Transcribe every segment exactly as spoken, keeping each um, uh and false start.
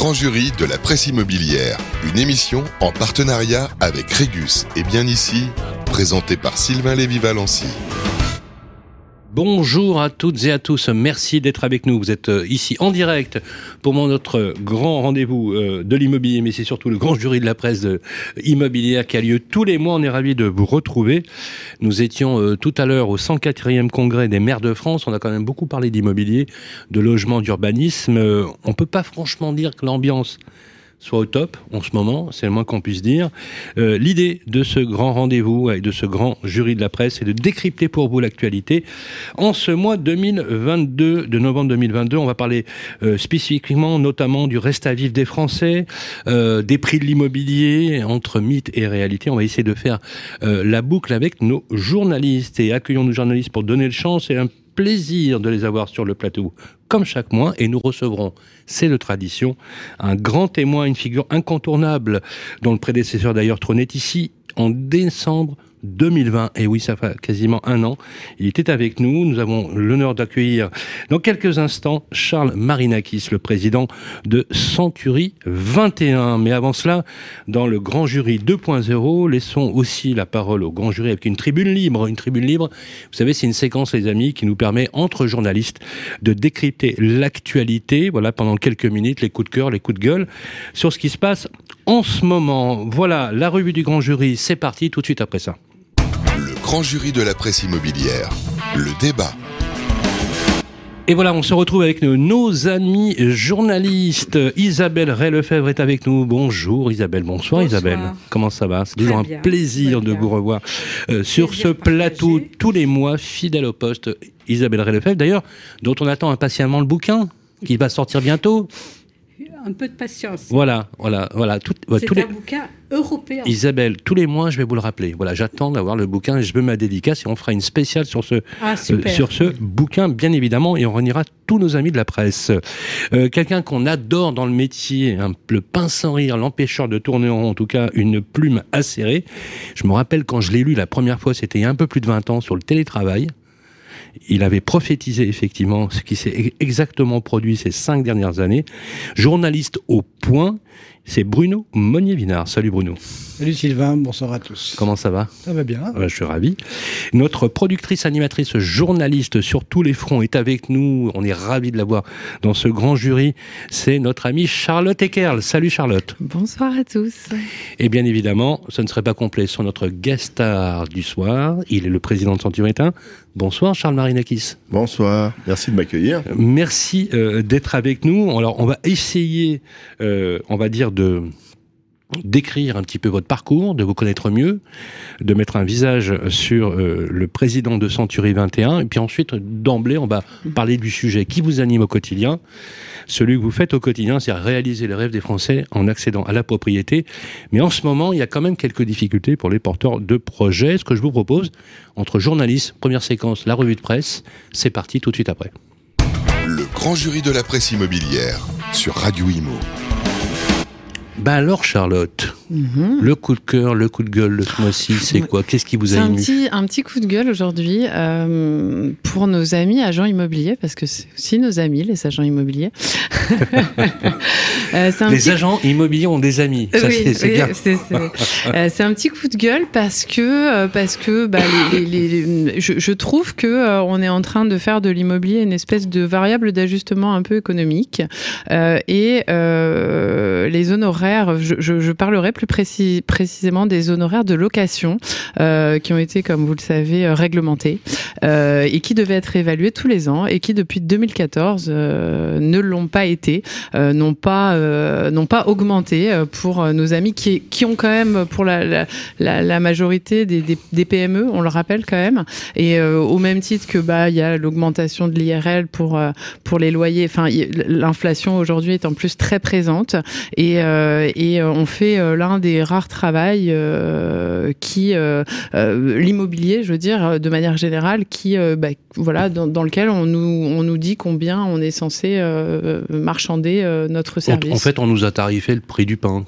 grand jury de la presse immobilière, une émission en partenariat avec Régus et Bien Ici, présentée par Sylvain Lévy-Valency. Bonjour à toutes et à tous, merci d'être avec nous. Vous êtes ici en direct pour notre grand rendez-vous de l'immobilier, mais c'est surtout le grand jury de la presse immobilière qui a lieu tous les mois. On est ravis de vous retrouver. Nous étions tout à l'heure au cent quatrième congrès des maires de France. On a quand même beaucoup parlé d'immobilier, de logement, d'urbanisme. On ne peut pas franchement dire que l'ambiance soit au top en ce moment, c'est le moins qu'on puisse dire. Euh, l'idée de ce grand rendez-vous et de ce grand jury de la presse, c'est de décrypter pour vous l'actualité. En ce mois deux mille vingt-deux, de novembre deux mille vingt-deux, on va parler euh, spécifiquement, notamment du reste à vivre des Français, euh, des prix de l'immobilier, entre mythe et réalité. On va essayer de faire euh, la boucle avec nos journalistes. Et accueillons nos journalistes pour donner le chance et un plaisir de les avoir sur le plateau comme chaque mois, et nous recevrons, c'est de tradition, un grand témoin, une figure incontournable dont le prédécesseur d'ailleurs trônait ici en décembre deux mille vingt, et oui, ça fait quasiment un an. Il était avec nous. Nous avons l'honneur d'accueillir dans quelques instants Charles Marinakis, le président de Century vingt et un. Mais avant cela, dans le grand jury deux point zéro, laissons aussi la parole au grand jury avec une tribune libre. Une tribune libre, vous savez, c'est une séquence, les amis, qui nous permet, entre journalistes, de décrypter l'actualité. Voilà, pendant quelques minutes, les coups de cœur, les coups de gueule sur ce qui se passe en ce moment. Voilà, la revue du grand jury, c'est parti tout de suite après ça. Le grand jury de la presse immobilière, le débat. Et voilà, on se retrouve avec nos, nos amis journalistes. Isabelle Ray-Lefebvre est avec nous. Bonjour Isabelle, bonsoir, bonsoir. Isabelle. Comment ça va? C'est toujours un plaisir de vous revoir euh, sur plaisir ce plateau partagé. Tous les mois, fidèle au poste. Isabelle Ray-Lefebvre, d'ailleurs, dont on attend impatiemment le bouquin, qui va sortir bientôt. Un peu de patience. Voilà, voilà, voilà. Tout, c'est tous un les... bouquin européen. Isabelle, tous les mois, je vais vous le rappeler. Voilà, j'attends d'avoir le bouquin et je veux ma dédicace et on fera une spéciale sur ce, ah, euh, sur ce bouquin, bien évidemment, et on réunira tous nos amis de la presse. Euh, quelqu'un qu'on adore dans le métier, hein, le pince sans rire, l'empêcheur de tourner en rond, en tout cas une plume acérée. Je me rappelle quand je l'ai lu la première fois, c'était il y a un peu plus de vingt ans, sur le télétravail. Il avait prophétisé effectivement ce qui s'est exactement produit ces cinq dernières années. Journaliste au point, c'est Bruno Monnier-Vinard. Salut Bruno. Salut Sylvain, bonsoir à tous. Comment ça va? Ça va bien. Ouais, je suis ravi. Notre productrice, animatrice, journaliste sur tous les fronts est avec nous. On est ravis de la voir dans ce grand jury. C'est notre amie Charlotte Eckerl. Salut Charlotte. Bonsoir à tous. Et bien évidemment, ce ne serait pas complet sans notre guest star du soir. Il est le président de Century vingt et un. Bonsoir Charles Marinakis. Bonsoir, merci de m'accueillir. Merci euh, d'être avec nous. Alors on va essayer, euh, on va dire de... d'écrire un petit peu votre parcours, de vous connaître mieux, de mettre un visage sur euh, le président de Century vingt et un, et puis ensuite, d'emblée, on va parler du sujet qui vous anime au quotidien. Celui que vous faites au quotidien, c'est réaliser les rêves des Français en accédant à la propriété. Mais en ce moment, il y a quand même quelques difficultés pour les porteurs de projets. Ce que je vous propose, entre journalistes, première séquence, la revue de presse, c'est parti tout de suite après. Le grand jury de la presse immobilière sur Radio Imo. Ben alors Charlotte, mmh. le coup de cœur, le coup de gueule de ce mois-ci, c'est ouais. quoi? Qu'est-ce qui vous a c'est ému? un petit, un petit coup de gueule aujourd'hui euh, pour nos amis agents immobiliers, parce que c'est aussi nos amis, les agents immobiliers. euh, c'est un les petit... agents immobiliers ont des amis, ça oui, c'est, c'est oui, bien. C'est, c'est, euh, c'est un petit coup de gueule parce que, euh, parce que bah, les, les, les, je, je trouve qu'on euh, est en train de faire de l'immobilier une espèce de variable d'ajustement un peu économique euh, et euh, les honoraires, je, je, je parlerai plus précis, précisément des honoraires de location euh, qui ont été, comme vous le savez, réglementés euh, et qui devaient être évalués tous les ans et qui, depuis deux mille quatorze, euh, ne l'ont pas été, euh, n'ont pas, euh, n'ont pas augmenté pour nos amis qui, qui ont quand même, pour la, la, la, la majorité des, des, des P M E, on le rappelle quand même, et euh, au même titre que bah il y a l'augmentation de l'I R L pour euh, pour les loyers. Enfin, l'inflation aujourd'hui est en plus très présente et euh, et on fait euh, l'un des rares travails euh, qui euh, euh, l'immobilier, je veux dire, de manière générale, qui euh, bah, voilà dans, dans lequel on nous on nous dit combien on est censé euh, marchander euh, notre service. En fait, on nous a tarifé le prix du pain, quoi.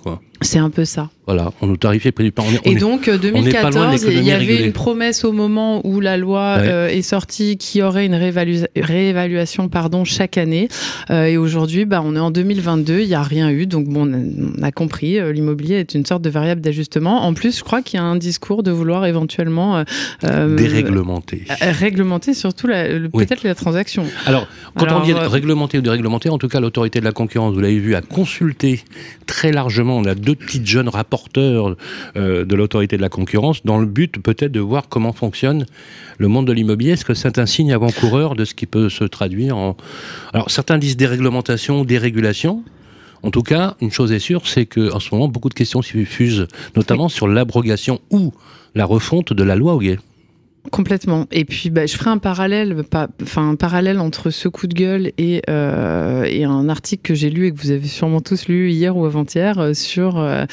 C'est un peu ça. Voilà, on nous tarifait près du pain. On est, on et est, donc, deux mille quatorze, il y avait régulée. Une promesse au moment où la loi ouais. euh, est sortie qui aurait une réévalu- réévaluation pardon, chaque année. Euh, et aujourd'hui, bah, on est en deux mille vingt-deux, il n'y a rien eu. Donc, bon, on a, on a compris, euh, l'immobilier est une sorte de variable d'ajustement. En plus, je crois qu'il y a un discours de vouloir éventuellement... Euh, déréglementer. Euh, réglementer surtout la, le, oui. peut-être la transaction. Alors, quand Alors, on dit euh, réglementer ou déréglementer, en tout cas, l'autorité de la concurrence, vous l'avez vu, a consulté très largement. On a deux petites jeunes rapporteurs euh, de l'autorité de la concurrence dans le but peut-être de voir comment fonctionne le monde de l'immobilier. Est-ce que c'est un signe avant-coureur de ce qui peut se traduire en... Alors certains disent déréglementation, dérégulation. En tout cas, une chose est sûre, c'est qu'en ce moment, beaucoup de questions s'y fusent, notamment oui. sur l'abrogation ou la refonte de la loi Hoguet. Complètement. Et puis, bah, je ferai un parallèle, pas, enfin, un parallèle entre ce coup de gueule et, euh, et un article que j'ai lu et que vous avez sûrement tous lu hier ou avant-hier euh, sur euh,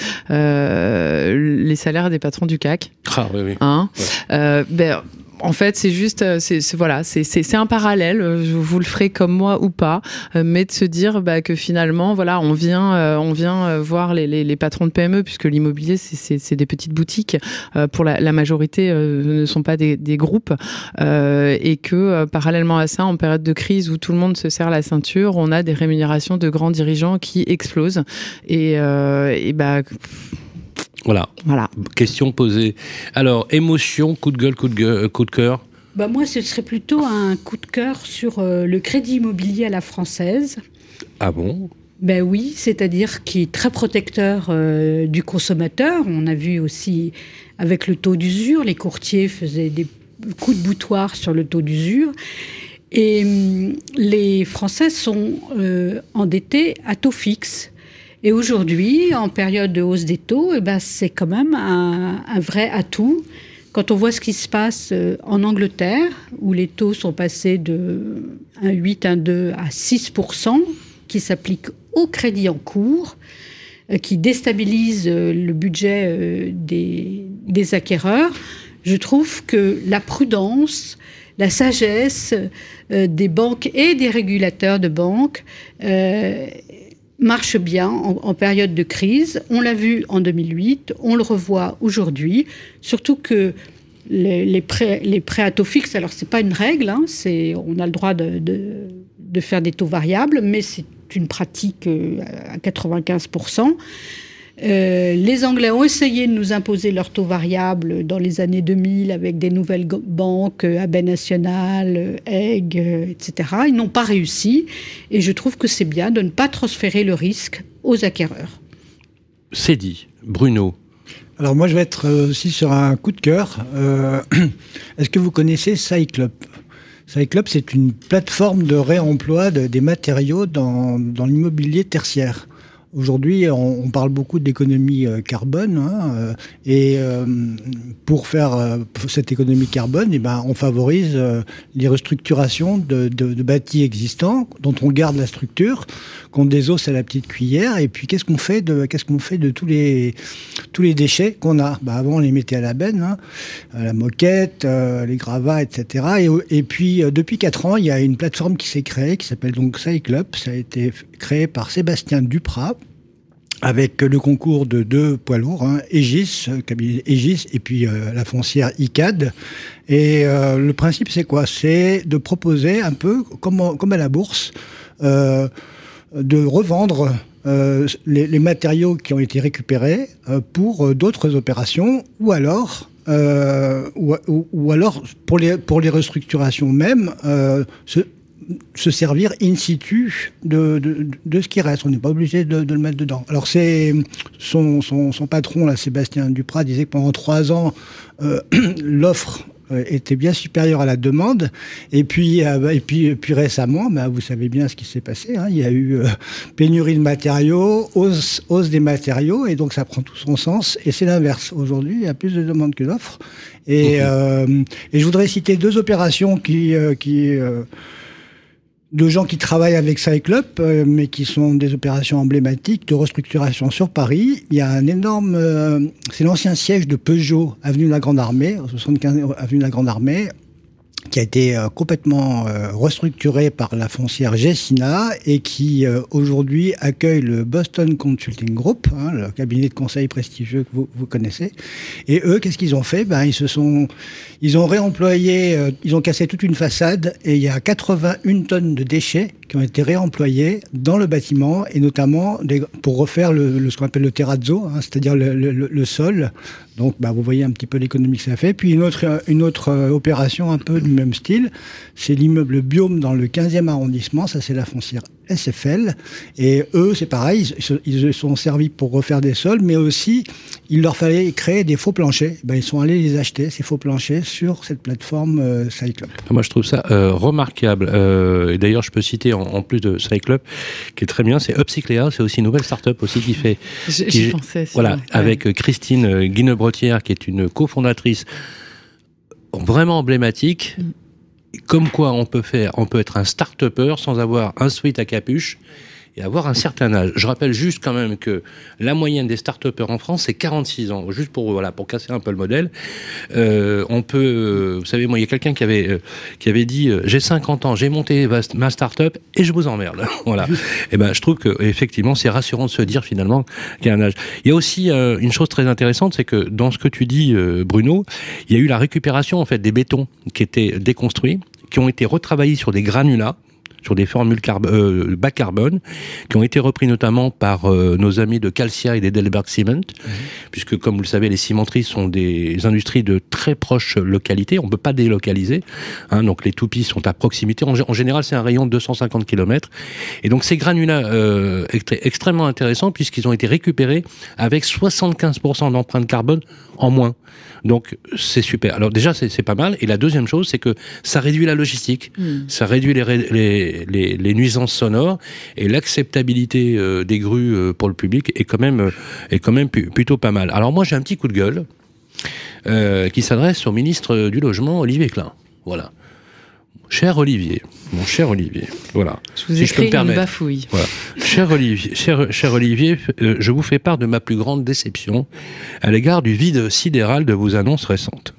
euh, les salaires des patrons du C A C. Ah oui, oui. Hein ouais. euh, ben, En fait, c'est juste, c'est, c'est voilà, c'est, c'est, c'est un parallèle. Vous le ferez comme moi ou pas, mais de se dire bah, que finalement, voilà, on vient, euh, on vient voir les, les, les patrons de P M E, puisque l'immobilier, c'est, c'est, c'est des petites boutiques. Euh, pour la, la majorité, euh, ne sont pas des, des groupes, euh, et que euh, parallèlement à ça, en période de crise où tout le monde se serre la ceinture, on a des rémunérations de grands dirigeants qui explosent. Et, euh, et bah. Voilà. voilà. Question posée. Alors, émotion, coup de gueule, coup de, gueule, coup de cœur. Bah moi, ce serait plutôt un coup de cœur sur euh, le crédit immobilier à la française. Ah bon ? Ben oui, c'est-à-dire qui est très protecteur euh, du consommateur. On a vu aussi avec le taux d'usure, les courtiers faisaient des coups de boutoir sur le taux d'usure. Et hum, les Français sont euh, endettés à taux fixe. Et aujourd'hui, en période de hausse des taux, eh ben, c'est quand même un, un vrai atout. Quand on voit ce qui se passe en Angleterre, où les taux sont passés de un virgule huit, un virgule deux à six pour cent, qui s'appliquent au crédit en cours, qui déstabilise le budget des, des acquéreurs, je trouve que la prudence, la sagesse des banques et des régulateurs de banques euh, marche bien en, en période de crise. On l'a vu en deux mille huit, on le revoit aujourd'hui, surtout que les, les, prêts, les prêts à taux fixe, alors c'est pas une règle, hein, c'est, on a le droit de, de, de faire des taux variables, mais c'est une pratique à quatre-vingt-quinze pour cent. Euh, les Anglais ont essayé de nous imposer leur taux variable dans les années deux mille avec des nouvelles go- banques, A B National, E G, et cetera. Ils n'ont pas réussi et je trouve que c'est bien de ne pas transférer le risque aux acquéreurs. C'est dit. Bruno. Alors moi je vais être aussi sur un coup de cœur. Euh, est-ce que vous connaissez Cyclop ? Cyclop, c'est une plateforme de réemploi de, des matériaux dans, dans l'immobilier tertiaire. Aujourd'hui, on, on parle beaucoup d'économie euh, carbone, hein, euh, et euh, pour faire euh, cette économie carbone, eh ben, on favorise euh, les restructurations de, de, de bâtis existants, dont on garde la structure, qu'on désosse à la petite cuillère. Et puis, qu'est-ce qu'on fait de, qu'est-ce qu'on fait de tous les, tous les déchets qu'on a ? Bah, avant, on les mettait à la benne, hein, à la moquette, euh, les gravats, et cetera. Et, et puis, euh, depuis quatre ans, il y a une plateforme qui s'est créée, qui s'appelle donc Cyclop. Ça a été créé par Sébastien Duprat, avec le concours de deux poids lourds, hein, Aegis, cabinet Aegis, et puis euh, la foncière I C A D. Et euh, le principe, c'est quoi ? C'est de proposer un peu, comme, comme à la bourse, euh, de revendre euh, les, les matériaux qui ont été récupérés euh, pour euh, d'autres opérations, ou alors... Euh, ou, ou, ou alors, pour les, pour les restructurations même, euh, ce, se servir in situ de, de, de ce qui reste. On n'est pas obligé de, de le mettre dedans. Alors, c'est son, son, son patron, là, Sébastien Duprat, disait que pendant trois ans, euh, l'offre était bien supérieure à la demande. Et puis, euh, et puis, et puis récemment, bah, vous savez bien ce qui s'est passé. Hein. Il y a eu euh, pénurie de matériaux, hausse, hausse des matériaux, et donc ça prend tout son sens. Et c'est l'inverse. Aujourd'hui, il y a plus de demandes que d'offres. Et, mmh. euh, et je voudrais citer deux opérations qui... Euh, qui euh, de gens qui travaillent avec Cyclop, euh, mais qui sont des opérations emblématiques de restructuration sur Paris. Il y a un énorme... Euh, c'est l'ancien siège de Peugeot, avenue de la Grande Armée, soixante-quinze avenue de la Grande Armée. qui a été euh, complètement euh, restructuré par la foncière Gessina et qui euh, aujourd'hui accueille le Boston Consulting Group, hein, le cabinet de conseil prestigieux que vous, vous connaissez. Et eux, qu'est-ce qu'ils ont fait? Ben, ils se sont, ils ont réemployé, euh, ils ont cassé toute une façade et il y a quatre-vingt-une tonnes de déchets qui ont été réemployés dans le bâtiment et notamment des, pour refaire le, le, ce qu'on appelle le terrazzo, hein, c'est-à-dire le, le, le sol. Donc, bah, vous voyez un petit peu l'économie que ça fait. Puis une autre, une autre euh, opération un peu du même style, c'est l'immeuble Biome dans le quinzième arrondissement. Ça, c'est la foncière S F L. Et eux, c'est pareil, ils se, ils se sont servis pour refaire des sols, mais aussi, il leur fallait créer des faux planchers. Ben, ils sont allés les acheter, ces faux planchers, sur cette plateforme euh, Cyclope. Moi, je trouve ça euh, remarquable. Euh, et d'ailleurs, je peux citer, en, en plus de Cyclope, qui est très bien, c'est Upcyclea. C'est aussi une nouvelle start-up aussi qui fait... J'y qui, pensais. Voilà, ouais. avec Christine Guinebretière, qui est une cofondatrice vraiment emblématique. Mm. Comme quoi on peut faire, on peut être un start-upper sans avoir un sweat à capuche et avoir un certain âge. Je rappelle juste quand même que la moyenne des start-uppers en France, c'est quarante-six ans. Juste pour, voilà, pour casser un peu le modèle. Euh, on peut, euh, vous savez, moi, il y a quelqu'un qui avait, euh, qui avait dit, euh, j'ai cinquante ans, j'ai monté ma start-up et je vous emmerde. Voilà. Et ben, je trouve que, effectivement, c'est rassurant de se dire, finalement, qu'il y a un âge. Il y a aussi, euh, une chose très intéressante, c'est que dans ce que tu dis, euh, Bruno, il y a eu la récupération, en fait, des bétons qui étaient déconstruits, qui ont été retravaillés sur des granulats, sur des formules carb- euh, bas carbone, qui ont été repris notamment par euh, nos amis de Calcia et d'Heidelberg Cement, mmh. puisque, comme vous le savez, les cimenteries sont des industries de très proche localité, on ne peut pas délocaliser, hein, donc les toupies sont à proximité, en, en général c'est un rayon de deux cent cinquante kilomètres, et donc ces granulats euh, extré- extrêmement intéressants, puisqu'ils ont été récupérés avec soixante-quinze pour cent d'empreinte carbone en moins. Donc c'est super. Alors déjà c'est, c'est pas mal. Et la deuxième chose, c'est que ça réduit la logistique, mmh. ça réduit les, les, les, les nuisances sonores et l'acceptabilité euh, des grues euh, pour le public est quand même euh, est quand même pu, plutôt pas mal. Alors moi j'ai un petit coup de gueule euh, qui s'adresse au ministre du Logement Olivier Klein. Voilà. Cher Olivier, mon cher Olivier, voilà. Je vous si écris je peux me une bafouille. Voilà. Cher Olivier, cher, cher Olivier euh, je vous fais part de ma plus grande déception à l'égard du vide sidéral de vos annonces récentes.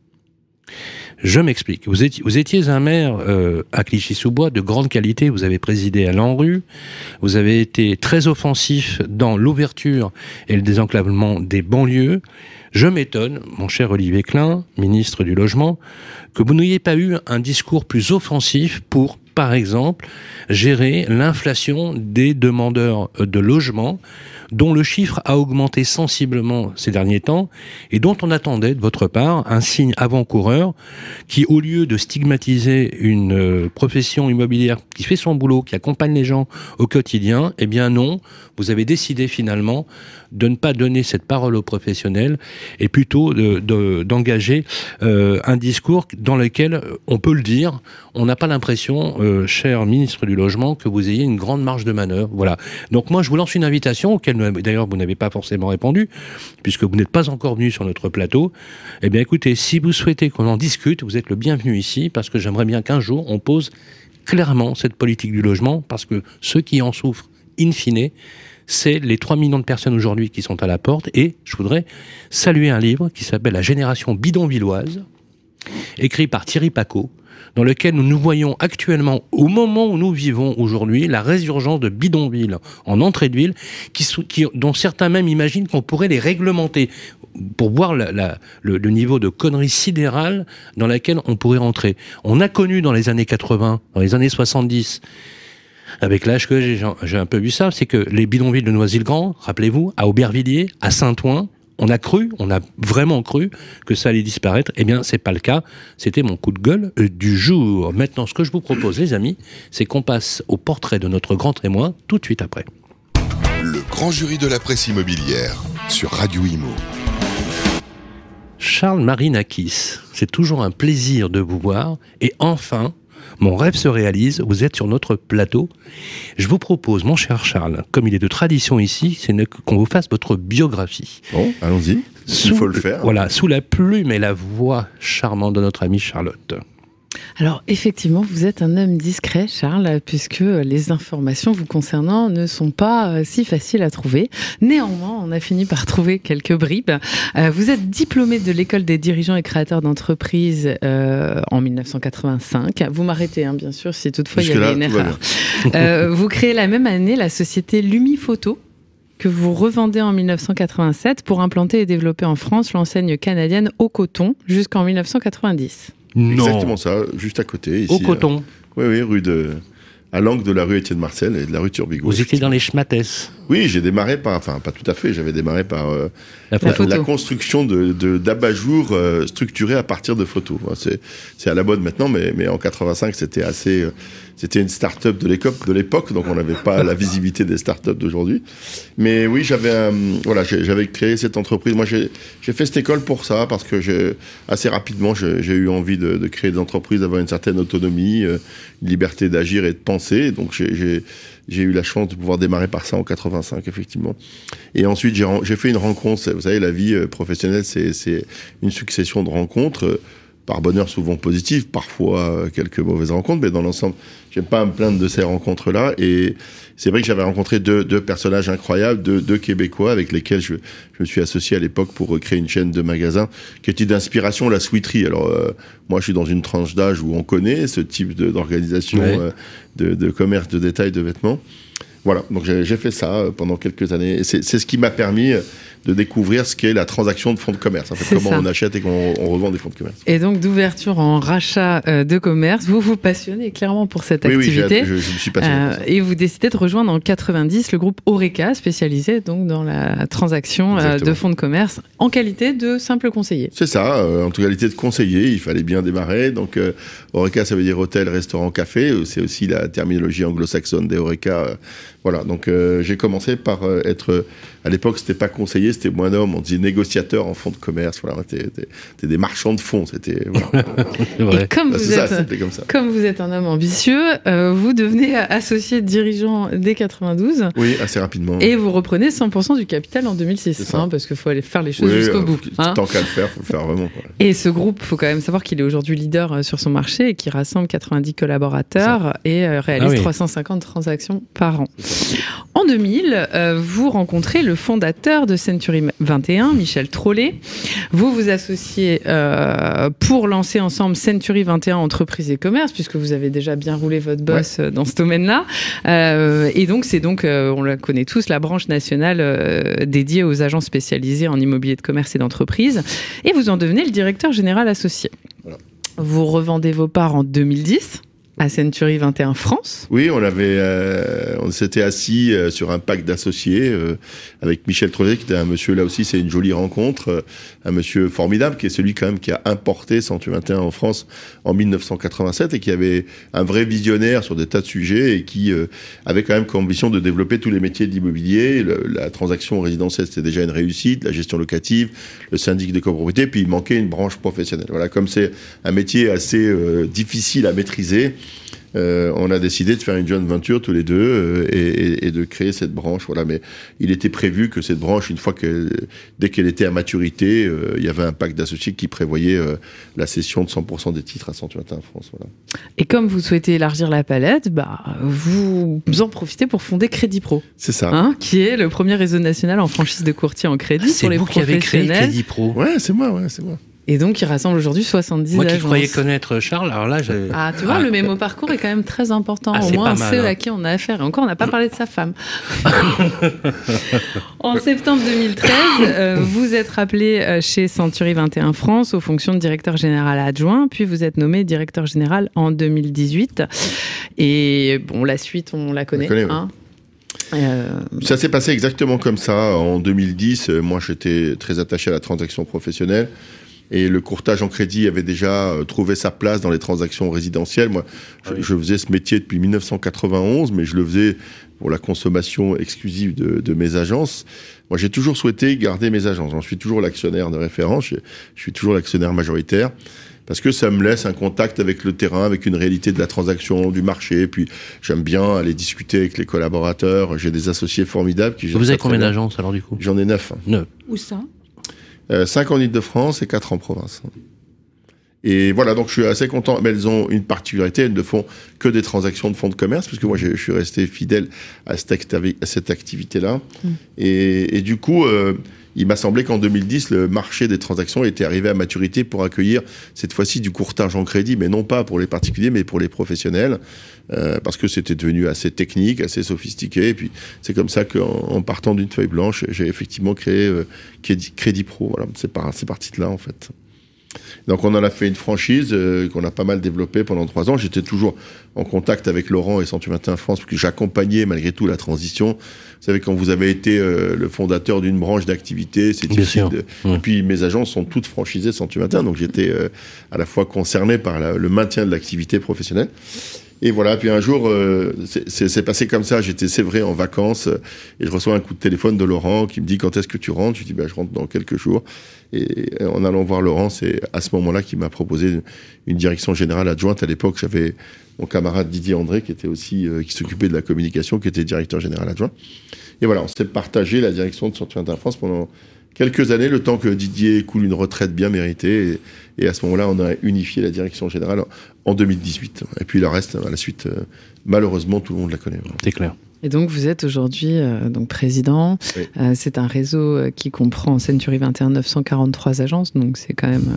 Je m'explique. Vous étiez, vous étiez un maire euh, à Clichy-sous-Bois de grande qualité. Vous avez présidé à l'ANRU. Vous avez été très offensif dans l'ouverture et le désenclavement des banlieues. Je m'étonne, mon cher Olivier Klein, ministre du Logement, que vous n'ayez pas eu un discours plus offensif pour, par exemple, gérer l'inflation des demandeurs de logement, dont le chiffre a augmenté sensiblement ces derniers temps et dont on attendait de votre part un signe avant-coureur qui, au lieu de stigmatiser une euh, profession immobilière qui fait son boulot, qui accompagne les gens au quotidien, eh bien non, vous avez décidé finalement de ne pas donner cette parole aux professionnels et plutôt de, de, d'engager euh, un discours dans lequel, on peut le dire, on n'a pas l'impression, euh, cher ministre du Logement, que vous ayez une grande marge de manœuvre. Voilà. Donc moi, je vous lance une invitation auquel, d'ailleurs, vous n'avez pas forcément répondu, puisque vous n'êtes pas encore venu sur notre plateau. Eh bien, écoutez, si vous souhaitez qu'on en discute, vous êtes le bienvenu ici, parce que j'aimerais bien qu'un jour, on pose clairement cette politique du logement, parce que ceux qui en souffrent, in fine, c'est les trois millions de personnes aujourd'hui qui sont à la porte. Et je voudrais saluer un livre qui s'appelle « La génération bidonvilloise », écrit par Thierry Paco, dans lequel nous nous voyons actuellement, au moment où nous vivons aujourd'hui, la résurgence de bidonvilles en entrée de ville, qui, qui, dont certains même imaginent qu'on pourrait les réglementer, pour voir la, la, le, le niveau de connerie sidérale dans laquelle on pourrait rentrer. On a connu dans les années quatre-vingts, dans les années soixante-dix, avec l'âge que j'ai, j'ai un peu vu ça, c'est que les bidonvilles de Noisy-le-Grand, rappelez-vous, à Aubervilliers, à Saint-Ouen, on a cru, on a vraiment cru que ça allait disparaître. Eh bien, c'est pas le cas. C'était mon coup de gueule du jour. Maintenant, ce que je vous propose, les amis, c'est qu'on passe au portrait de notre grand témoin tout de suite après. Le grand jury de la presse immobilière sur Radio Imo. Charles Marinakis, c'est toujours un plaisir de vous voir. Et enfin, mon rêve se réalise, vous êtes sur notre plateau. Je vous propose, mon cher Charles, comme il est de tradition ici, c'est qu'on vous fasse votre biographie. Bon, allons-y, il faut le faire. Voilà, sous la plume et la voix charmante de notre amie Charlotte. Alors effectivement, vous êtes un homme discret, Charles, puisque les informations vous concernant ne sont pas si faciles à trouver. Néanmoins, on a fini par trouver quelques bribes. Euh, vous êtes diplômé de l'école des dirigeants et créateurs d'entreprises euh, en mille neuf cent quatre-vingt-cinq. Vous m'arrêtez, hein, bien sûr, si toutefois Jusque il y avait là, une erreur. Euh, vous créez la même année la société Lumi Photo, que vous revendez en mille neuf cent quatre-vingt-sept pour implanter et développer en France l'enseigne canadienne Au Coton jusqu'en mille neuf cent quatre-vingt-dix. Non. Exactement ça, juste à côté. Ici, Au Coton. Euh, oui, oui, rue de, à l'angle de la rue Étienne Marcel et de la rue Turbigo. Vous étiez dans les schmattès. Oui, j'ai démarré par, enfin pas tout à fait, j'avais démarré par euh, la, la, la construction de, de, d'abat-jour euh, structurés à partir de photos. C'est, c'est à la mode maintenant, mais, mais en quatre-vingt-cinq, c'était assez... Euh, C'était une start-up de l'époque, de l'époque, donc on n'avait pas la visibilité des start-up d'aujourd'hui. Mais oui, j'avais, un, voilà, j'avais créé cette entreprise. Moi, j'ai, j'ai fait cette école pour ça, parce que j'ai, assez rapidement, j'ai, j'ai eu envie de, de créer des entreprises, d'avoir une certaine autonomie, euh, une liberté d'agir et de penser. Donc j'ai, j'ai, j'ai eu la chance de pouvoir démarrer par ça en quatre-vingt-cinq, effectivement. Et ensuite, j'ai, j'ai fait une rencontre. Vous savez, la vie professionnelle, c'est, c'est une succession de rencontres. Par bonheur souvent positives, parfois quelques mauvaises rencontres, mais dans l'ensemble, j'aime pas me plaindre de ces rencontres-là. Et c'est vrai que j'avais rencontré deux, deux personnages incroyables, deux, deux Québécois avec lesquels je, je me suis associé à l'époque pour créer une chaîne de magasins qui était d'inspiration la sweaterie. Alors euh, moi, je suis dans une tranche d'âge où on connaît ce type de, d'organisation, ouais. euh, de, de commerce de détail de vêtements. Voilà, donc j'ai, j'ai fait ça pendant quelques années. Et c'est, c'est ce qui m'a permis de découvrir ce qu'est la transaction de fonds de commerce. En fait, comment ça. on achète et comment on revend des fonds de commerce. Et donc, d'ouverture en rachat euh, de commerce, vous vous passionnez clairement pour cette oui, activité. Oui, je, je me suis passionné euh, Et vous décidez de rejoindre en quatre-vingt-dix le groupe Horeca, spécialisé donc dans la transaction euh, de fonds de commerce, en qualité de simple conseiller. C'est ça, euh, en qualité de conseiller, il fallait bien démarrer. Donc, euh, Horeca, ça veut dire hôtel, restaurant, café. C'est aussi la terminologie anglo-saxonne des Horeca. Euh, voilà, donc euh, j'ai commencé par euh, être... À l'époque, c'était pas conseiller, c'était moins d'hommes. On disait négociateur en fonds de commerce. Voilà, t'es, t'es, t'es des marchands de fonds. C'était. Voilà. C'est vrai. Et comme, bah, vous êtes, ça, comme, ça. comme vous êtes un homme ambitieux, euh, vous devenez associé dirigeant dès quatre-vingt-douze. Oui, assez rapidement. Et vous reprenez cent pour cent du capital en deux mille six, hein, parce qu'il faut aller faire les choses oui, jusqu'au euh, bout. Hein. Tant qu'à le faire, faut le faire vraiment. Quoi. Et ce groupe, il faut quand même savoir qu'il est aujourd'hui leader sur son marché et qu'il rassemble quatre-vingt-dix collaborateurs et euh, réalise ah oui. trois cent cinquante transactions par an. En deux mille, euh, vous rencontrez le fondateur de Century vingt et un, Michel Trollet. Vous vous associez euh, pour lancer ensemble Century vingt et un Entreprises et Commerce, puisque vous avez déjà bien roulé votre boss ouais. dans ce domaine-là. Euh, et donc, c'est donc, euh, on la connaît tous, la branche nationale euh, dédiée aux agents spécialisés en immobilier de commerce et d'entreprise. Et vous en devenez le directeur général associé. Voilà. Vous revendez vos parts en deux mille dix. À Century vingt et un France. Oui, on avait, euh, on s'était assis euh, sur un pacte d'associés euh, avec Michel Trollet, qui était un monsieur, là aussi, c'est une jolie rencontre, euh, un monsieur formidable, qui est celui quand même qui a importé Century vingt et un en France en mille neuf cent quatre-vingt-sept et qui avait un vrai visionnaire sur des tas de sujets et qui euh, avait quand même comme ambition de développer tous les métiers de l'immobilier. Le, la transaction résidentielle, c'était déjà une réussite, la gestion locative, le syndic de copropriété, puis il manquait une branche professionnelle. Voilà, comme c'est un métier assez euh, difficile à maîtriser, Euh, on a décidé de faire une joint venture tous les deux euh, et, et, et de créer cette branche. Voilà, mais il était prévu que cette branche, une fois que, dès qu'elle était à maturité, euh, il y avait un pacte d'associés qui prévoyait euh, la cession de cent pour cent des titres à Century vingt et un France. Voilà. Et comme vous souhaitez élargir la palette, bah, vous en profitez pour fonder Crédit Pro. C'est ça. Hein, qui est le premier réseau national en franchise de courtier en crédit ah, pour les professionnels. C'est vous qui avez créé Crédit Pro. Ouais, c'est moi, ouais, c'est moi. Et donc, il rassemble aujourd'hui soixante-dix Moi agences. Moi qui croyais connaître Charles, alors là... Je... Ah, tu vois, ah. le mémo parcours est quand même très important. Ah, Au moins, on mal, sait hein. à qui on a affaire. Et encore, on n'a pas parlé de sa femme. En septembre deux mille treize, euh, vous êtes rappelé chez Century vingt et un France aux fonctions de directeur général adjoint, puis vous êtes nommé directeur général en deux mille dix-huit. Et bon, la suite, on la connaît. On connaît hein. oui. Euh... Ça s'est passé exactement comme ça. En deux mille dix, moi, j'étais très attaché à la transaction professionnelle. Et le courtage en crédit avait déjà trouvé sa place dans les transactions résidentielles. Moi, je, oui. je faisais ce métier depuis mille neuf cent quatre-vingt-onze, mais je le faisais pour la consommation exclusive de, de mes agences. Moi, j'ai toujours souhaité garder mes agences. J'en suis toujours l'actionnaire de référence. Je, je suis toujours l'actionnaire majoritaire. Parce que ça me laisse un contact avec le terrain, avec une réalité de la transaction, du marché. Puis j'aime bien aller discuter avec les collaborateurs. J'ai des associés formidables. Qui Vous avez combien d'agences alors du coup ? J'en ai neuf. Neuf. Où ça ? Euh, cinq en Ile-de-France et quatre en province. Et voilà, donc je suis assez content. Mais elles ont une particularité, elles ne font que des transactions de fonds de commerce, parce que moi, je, je suis resté fidèle à cette, acti- à cette activité-là. Mmh. Et, et du coup, euh, il m'a semblé qu'en deux mille dix, le marché des transactions était arrivé à maturité pour accueillir, cette fois-ci, du courtage en crédit, mais non pas pour les particuliers, mais pour les professionnels, euh, parce que c'était devenu assez technique, assez sophistiqué. Et puis, c'est comme ça qu'en en partant d'une feuille blanche, j'ai effectivement créé euh, Crédit, Crédit Pro. Voilà, c'est, par, c'est parti de là, en fait. Donc on en a fait une franchise euh, qu'on a pas mal développée pendant trois ans. J'étais toujours en contact avec Laurent et cent vingt et un France, parce que j'accompagnais malgré tout la transition. Vous savez, quand vous avez été euh, le fondateur d'une branche d'activité, c'est difficile. De... Ouais. Et puis mes agences sont toutes franchisées cent vingt et un, donc j'étais euh, à la fois concerné par la, le maintien de l'activité professionnelle. Et voilà, puis un jour, euh, c'est, c'est, c'est passé comme ça. J'étais, c'est vrai, en vacances, euh, et je reçois un coup de téléphone de Laurent qui me dit « Quand est-ce que tu rentres ?» Je dis ben, « Je rentre dans quelques jours. » Et en allant voir Laurent, c'est à ce moment-là qu'il m'a proposé une direction générale adjointe. À l'époque, j'avais mon camarade Didier André, qui était aussi, euh, qui s'occupait de la communication, qui était directeur général adjoint. Et voilà, on s'est partagé la direction de cent vingt et un France pendant quelques années, le temps que Didier coule une retraite bien méritée. Et, et à ce moment-là, on a unifié la direction générale en deux mille dix-huit. Et puis le reste, à la suite, euh, malheureusement, tout le monde la connaît. Vraiment. C'est clair. Et donc, vous êtes aujourd'hui euh, donc président. Oui. Euh, c'est un réseau euh, qui comprend en Century vingt et un neuf cent quarante-trois agences, donc c'est quand même euh,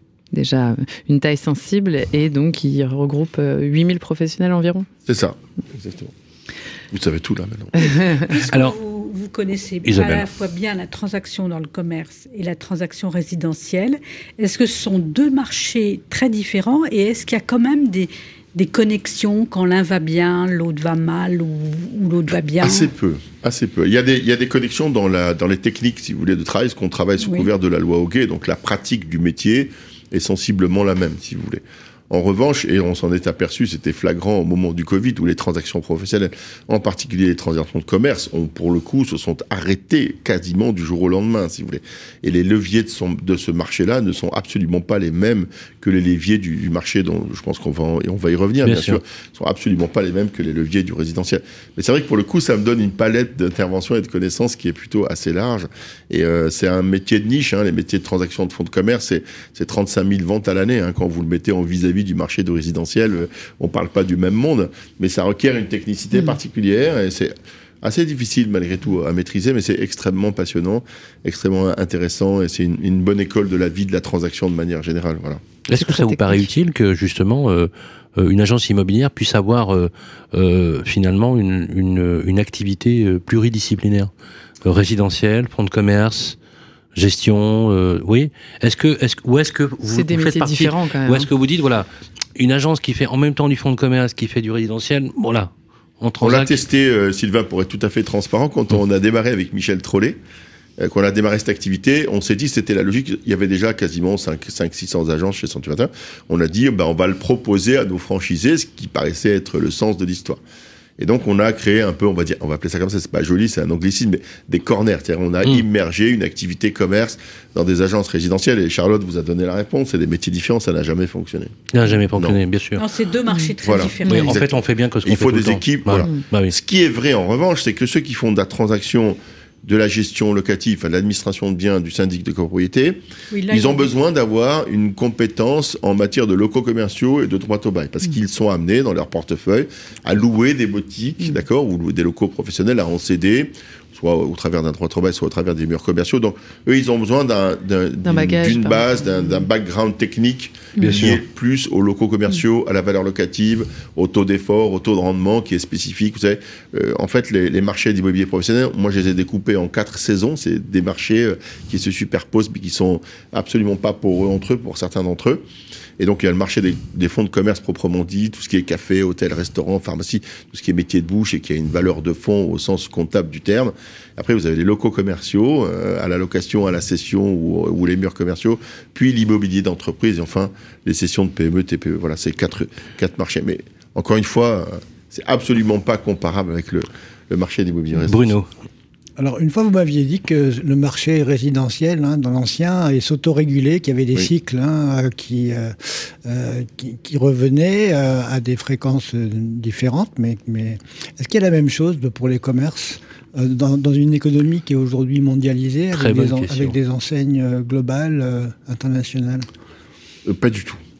déjà une taille sensible, et donc qui regroupe euh, huit mille professionnels environ. C'est ça, exactement. Vous savez tout là maintenant. Alors, vous, vous connaissez Isabelle. À la fois bien la transaction dans le commerce et la transaction résidentielle. Est-ce que ce sont deux marchés très différents, et est-ce qu'il y a quand même des, des connexions quand l'un va bien, l'autre va mal, ou, ou l'autre va bien? Assez peu, assez peu. Il y a des, il y a des connexions dans, la, dans les techniques, si vous voulez, de travail, parce qu'on travaille sous oui. couvert de la loi Hoguet, donc la pratique du métier est sensiblement la même, si vous voulez. En revanche, et on s'en est aperçu, c'était flagrant au moment du Covid, où les transactions professionnelles, en particulier les transactions de commerce, ont pour le coup se sont arrêtées quasiment du jour au lendemain, si vous voulez. Et les leviers de, son, de ce marché-là ne sont absolument pas les mêmes que les leviers du, du marché, dont je pense qu'on va, et on va y revenir, bien, bien sûr, ne sont absolument pas les mêmes que les leviers du résidentiel. Mais c'est vrai que pour le coup, ça me donne une palette d'intervention et de connaissances qui est plutôt assez large. Et euh, c'est un métier de niche, hein, les métiers de transaction de fonds de commerce, c'est, c'est trente-cinq mille ventes à l'année, hein, quand vous le mettez en vis-à-vis du marché de résidentiel, on ne parle pas du même monde, mais ça requiert une technicité mmh. particulière, et c'est assez difficile malgré tout à maîtriser, mais c'est extrêmement passionnant, extrêmement intéressant, et c'est une, une bonne école de la vie de la transaction de manière générale. Voilà. Est-ce que ça vous paraît utile que justement euh, une agence immobilière puisse avoir euh, euh, finalement une, une, une activité pluridisciplinaire, euh, résidentielle, fonds de commerce, gestion, euh, oui. Est-ce que, est-ce, ou est-ce que vous, c'est des vous métiers faites partie, différents quand même. Ou est-ce que vous dites, voilà, une agence qui fait en même temps du fonds de commerce, qui fait du résidentiel, voilà. On, on l'a testé, euh, Sylvain, pour être tout à fait transparent, quand mmh. on a démarré avec Michel Trollet, euh, quand on a démarré cette activité, on s'est dit que c'était la logique. Il y avait déjà quasiment cinq cents six cents agences chez cent vingt et un. On a dit, bah, on va le proposer à nos franchisés, ce qui paraissait être le sens de l'histoire. Et donc, on a créé un peu, on va dire, on va appeler ça comme ça, c'est pas joli, c'est un anglicisme, mais des corners. C'est-à-dire, on a mmh. immergé une activité commerce dans des agences résidentielles. Et Charlotte vous a donné la réponse. C'est des métiers différents, ça n'a jamais fonctionné. Ça n'a jamais fonctionné, non. bien sûr. Non, c'est deux marchés très voilà. différents. Oui, en fait, on fait bien que ce qu'on Il fait faut tout des le temps. équipes, voilà. voilà. Bah, oui. Ce qui est vrai, en revanche, c'est que ceux qui font de la transaction, de la gestion locative, de l'administration de biens, du syndic de copropriété, oui, là, ils ont besoin d'avoir une compétence en matière de locaux commerciaux et de droit au bail, parce mmh. qu'ils sont amenés dans leur portefeuille à louer des boutiques, mmh. d'accord, ou louer des locaux professionnels, à en céder, soit au travers d'un droit au bail, soit au travers des murs commerciaux. Donc, eux, ils ont besoin d'un, d'un, d'un bagage, d'une base, d'un, d'un background technique Bien lié sûr. plus aux locaux commerciaux, à la valeur locative, au taux d'effort, au taux de rendement qui est spécifique. Vous savez, euh, en fait, les, les marchés d'immobilier professionnel, moi, je les ai découpés en quatre saisons. C'est des marchés euh, qui se superposent, mais qui sont absolument pas poreux entre eux, pour certains d'entre eux. Et donc, il y a le marché des, des fonds de commerce proprement dit, tout ce qui est café, hôtel, restaurant, pharmacie, tout ce qui est métier de bouche et qui a une valeur de fonds au sens comptable du terme. Après, vous avez les locaux commerciaux, euh, à la location, à la cession ou, ou les murs commerciaux, puis l'immobilier d'entreprise et enfin les cessions de P M E, T P E. Voilà, c'est quatre, quatre marchés. Mais encore une fois, euh, c'est absolument pas comparable avec le, le marché d'immobilier résidentiel. Bruno. Alors, une fois, vous m'aviez dit que le marché résidentiel, hein, dans l'ancien, est s'autorégulé, qu'il y avait des oui. cycles hein, qui, euh, euh, qui, qui revenaient euh, à des fréquences différentes. Mais, mais est-ce qu'il y a la même chose pour les commerces euh, dans, dans une économie qui est aujourd'hui mondialisée, avec des, en, avec des enseignes globales, euh, internationales ? euh, Pas du tout.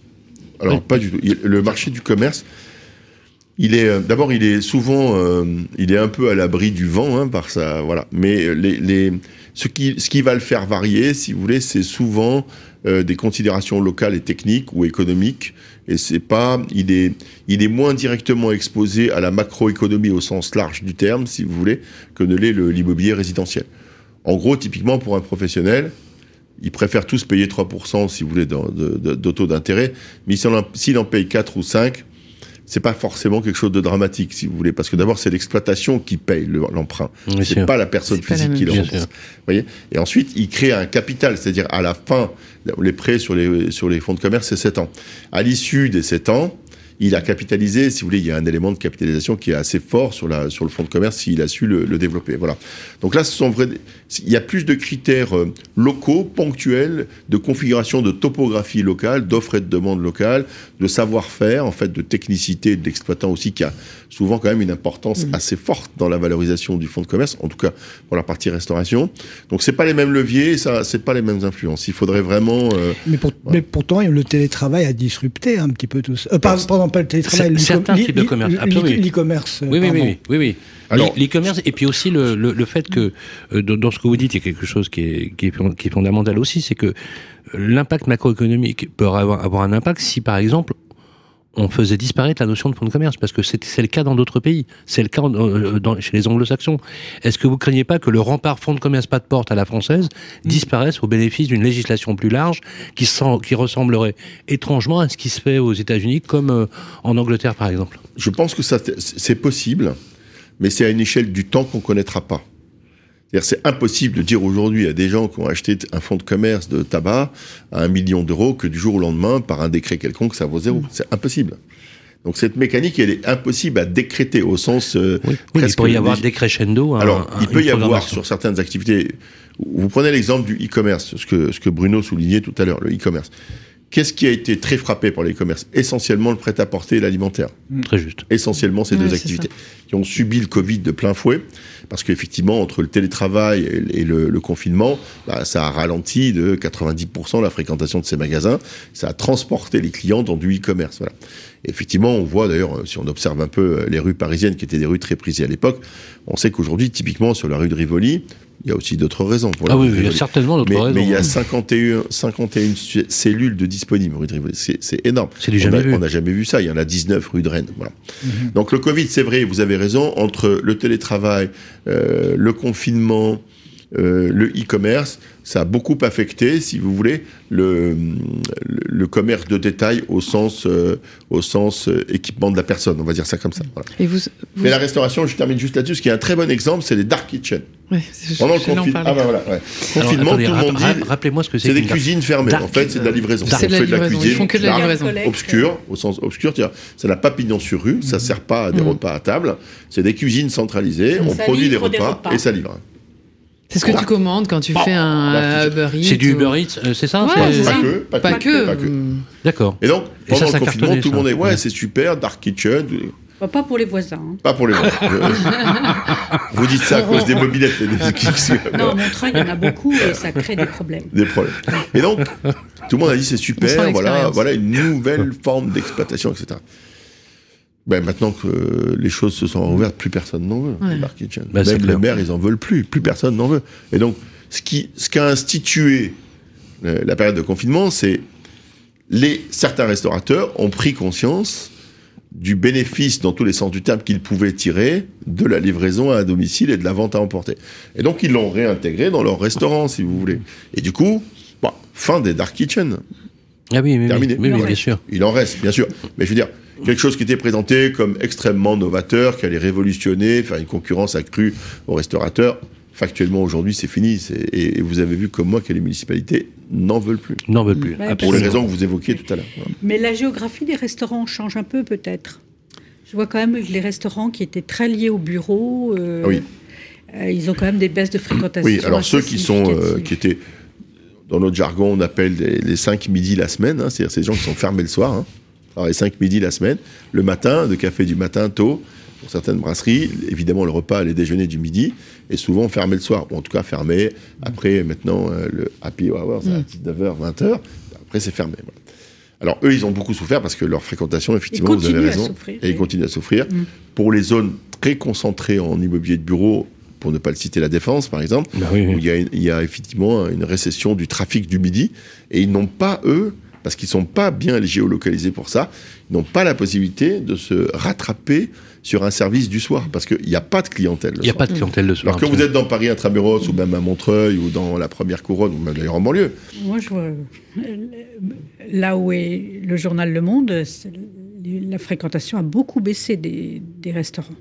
alors oui. pas du tout. Il, le marché du commerce, il est euh, d'abord, il est souvent, euh, il est un peu à l'abri du vent, hein, par ça, voilà. Mais les, les, ce qui, ce qui va le faire varier, si vous voulez, c'est souvent euh, des considérations locales et techniques ou économiques. Et c'est pas, il est, il est moins directement exposé à la macroéconomie au sens large du terme, si vous voulez, que ne l'est le, l'immobilier résidentiel. En gros, typiquement pour un professionnel, ils préfèrent tous payer trois pour cent, si vous voulez, de, de, de taux d'intérêt, mais s'il en, s'il en paye quatre ou cinq, c'est pas forcément quelque chose de dramatique, si vous voulez, parce que d'abord, c'est l'exploitation qui paye le, l'emprunt. Bien c'est sûr. pas la personne C'est physique qui le Bien rembourse. sûr. Vous voyez ? Et ensuite, il crée un capital, c'est-à-dire à la fin, les prêts sur les, sur les fonds de commerce, c'est sept ans. À l'issue des sept ans, il a capitalisé, si vous voulez, il y a un élément de capitalisation qui est assez fort sur, la, sur le fonds de commerce s'il a su le, le développer. Voilà. Donc là, ce sont vrais, il y a plus de critères euh, locaux, ponctuels, de configuration de topographie locale, d'offres et de demandes locales, de savoir-faire, en fait, de technicité de l'exploitant aussi, qui a souvent quand même une importance mmh. assez forte dans la valorisation du fonds de commerce, en tout cas pour la partie restauration. Donc c'est pas les mêmes leviers, ça, c'est pas les mêmes influences. Il faudrait vraiment... Euh, mais, pour, ouais. mais pourtant, le télétravail a disrupté un petit peu tout ça. Euh, pardon, pardon, pas le télétravail, certains types de commerce. l'e-commerce. Oui, oui, oui, oui, oui. Alors, l'e-commerce, et puis aussi le, le, le fait que, euh, dans ce que vous dites, il y a quelque chose qui est, qui est, qui est fondamental aussi, c'est que l'impact macroéconomique peut avoir, avoir un impact si, par exemple, on faisait disparaître la notion de fonds de commerce, parce que c'est, c'est le cas dans d'autres pays, c'est le cas dans, dans, chez les anglo-saxons. Est-ce que vous craignez pas que le rempart fonds de commerce pas de porte à la française disparaisse au bénéfice d'une législation plus large qui, sent, qui ressemblerait étrangement à ce qui se fait aux États-Unis, comme euh, en Angleterre par exemple ? Je pense que ça, c'est possible, mais c'est à une échelle du temps qu'on ne connaîtra pas. C'est-à-dire, c'est impossible de dire aujourd'hui à des gens qui ont acheté un fonds de commerce de tabac à un million d'euros que du jour au lendemain, par un décret quelconque, ça vaut zéro. C'est impossible. Donc cette mécanique, elle est impossible à décréter au sens euh, oui, oui, il pourrait y avoir des crescendo. Alors, un, il peut y avoir sur certaines activités. Vous prenez l'exemple du e-commerce, ce que, ce que Bruno soulignait tout à l'heure, le e-commerce. Qu'est-ce qui a été très frappé par le e-commerce ? Essentiellement le prêt-à-porter et l'alimentaire. Très juste. Essentiellement ces oui, deux activités qui ont subi le Covid de plein fouet, parce qu'effectivement, entre le télétravail et le, le confinement, bah, ça a ralenti de quatre-vingt-dix pour cent la fréquentation de ces magasins, ça a transporté les clients dans du e-commerce. Voilà. Et effectivement, on voit d'ailleurs, si on observe un peu les rues parisiennes, qui étaient des rues très prisées à l'époque, on sait qu'aujourd'hui, typiquement sur la rue de Rivoli, il y a aussi d'autres raisons. Pour ah oui, il y a certainement d'autres mais, raisons. Mais il y a cinquante et un, cinquante et un cellules de disponibles rue de Rivoli. C'est, c'est énorme. C'est du jamais on a, vu. On n'a jamais vu ça. Il y en a dix-neuf rue de Rennes. Voilà. Mm-hmm. Donc le Covid, c'est vrai, vous avez raison, entre le télétravail, euh, le confinement, euh, le e-commerce, ça a beaucoup affecté, si vous voulez, le, le, le commerce de détail au sens, euh, au sens euh, équipement de la personne, on va dire ça comme ça. Voilà. Et vous, vous... Mais la restauration, je termine juste là-dessus, ce qui est un très bon exemple, c'est les dark kitchens. Ouais, Pendant le confinement, ah ben voilà, ouais. Confinement, Alors, attendez, tout le monde ra- dit. Rappelez-moi ce que c'est. C'est des cuisines fermées. En fait, c'est de la livraison. C'est de la on fait de la livraison. cuisine. Ils font que de la livraison. Obscure, au sens obscur, c'est-à-dire, ça n'a pas pignon sur rue, ça sert pas à des mmh. repas à table. C'est des cuisines centralisées, on ça produit des repas, des repas et ça livre. C'est ce que voilà. tu commandes quand tu bon, fais un Uber Eats. C'est du ou... Uber Eats, euh, c'est ça, ouais, c'est... c'est Pas, ça. que, pas, pas que, que. Pas que. Mmh. D'accord. Et donc, et pendant ça, le confinement, tout le monde est, ouais, ouais, c'est super, dark kitchen. Pas pour les voisins. Hein. Pas pour les voisins. Vous dites ça à cause des mobilettes. Non, mon train, il y en a beaucoup et ça crée des problèmes. Des problèmes. Et donc, tout le monde a dit c'est super, voilà, voilà une nouvelle forme d'exploitation, et cetera. Ben, maintenant que les choses se sont ouvertes, plus personne n'en veut. Ouais. Les dark kitchen. Ben, Même les maires, ils en veulent plus. Plus personne n'en veut. Et donc, ce qui, ce qu'a institué euh, la période de confinement, c'est les certains restaurateurs ont pris conscience du bénéfice, dans tous les sens du terme, qu'ils pouvaient tirer de la livraison à domicile et de la vente à emporter. Et donc, ils l'ont réintégré dans leur restaurant, si vous voulez. Et du coup, bon, fin des dark kitchen. Ah oui, oui, terminé. oui, oui, oui bien sûr. Il en reste, bien sûr. Mais je veux dire, quelque chose qui était présenté comme extrêmement novateur, qui allait révolutionner, faire une concurrence accrue aux restaurateurs. Factuellement, aujourd'hui, c'est fini. C'est... Et vous avez vu comme moi que les municipalités n'en veulent plus. N'en veulent plus. Ouais, pour les raisons que vous évoquiez tout à l'heure. Voilà. Mais la géographie des restaurants change un peu, peut-être. Je vois quand même que les restaurants qui étaient très liés au bureau, euh, oui. euh, ils ont quand même des baisses de fréquentation. Oui, alors ceux qui sont, euh, qui étaient, dans notre jargon, on appelle les, les cinq midis la semaine, hein, c'est-à-dire ces gens qui sont fermés le soir, hein, alors les cinq midis la semaine, le matin, de café du matin tôt, pour certaines brasseries, évidemment le repas, les déjeuners du midi, est souvent fermé le soir, ou en tout cas fermé, après maintenant euh, le happy hour, c'est à dix-neuf heures, vingt heures, après c'est fermé. Voilà. Alors eux, ils ont beaucoup souffert parce que leur fréquentation, effectivement, vous avez raison, et ils continuent à souffrir. Mmh. Pour les zones très concentrées en immobilier de bureau, pour ne pas le citer, la Défense, par exemple, bah oui, oui. Où il y a, une, il y a effectivement une récession du trafic du Midi, et ils n'ont pas, eux, parce qu'ils ne sont pas bien géolocalisés pour ça, ils n'ont pas la possibilité de se rattraper sur un service du soir, parce qu'il n'y a pas de clientèle le soir. Il n'y a pas de clientèle le soir. Alors que absolument. Vous êtes dans Paris intramuros, ou même à Montreuil, ou dans la Première Couronne, ou même d'ailleurs en banlieue. Moi, je vois, là où est le journal Le Monde, la fréquentation a beaucoup baissé des, des restaurants.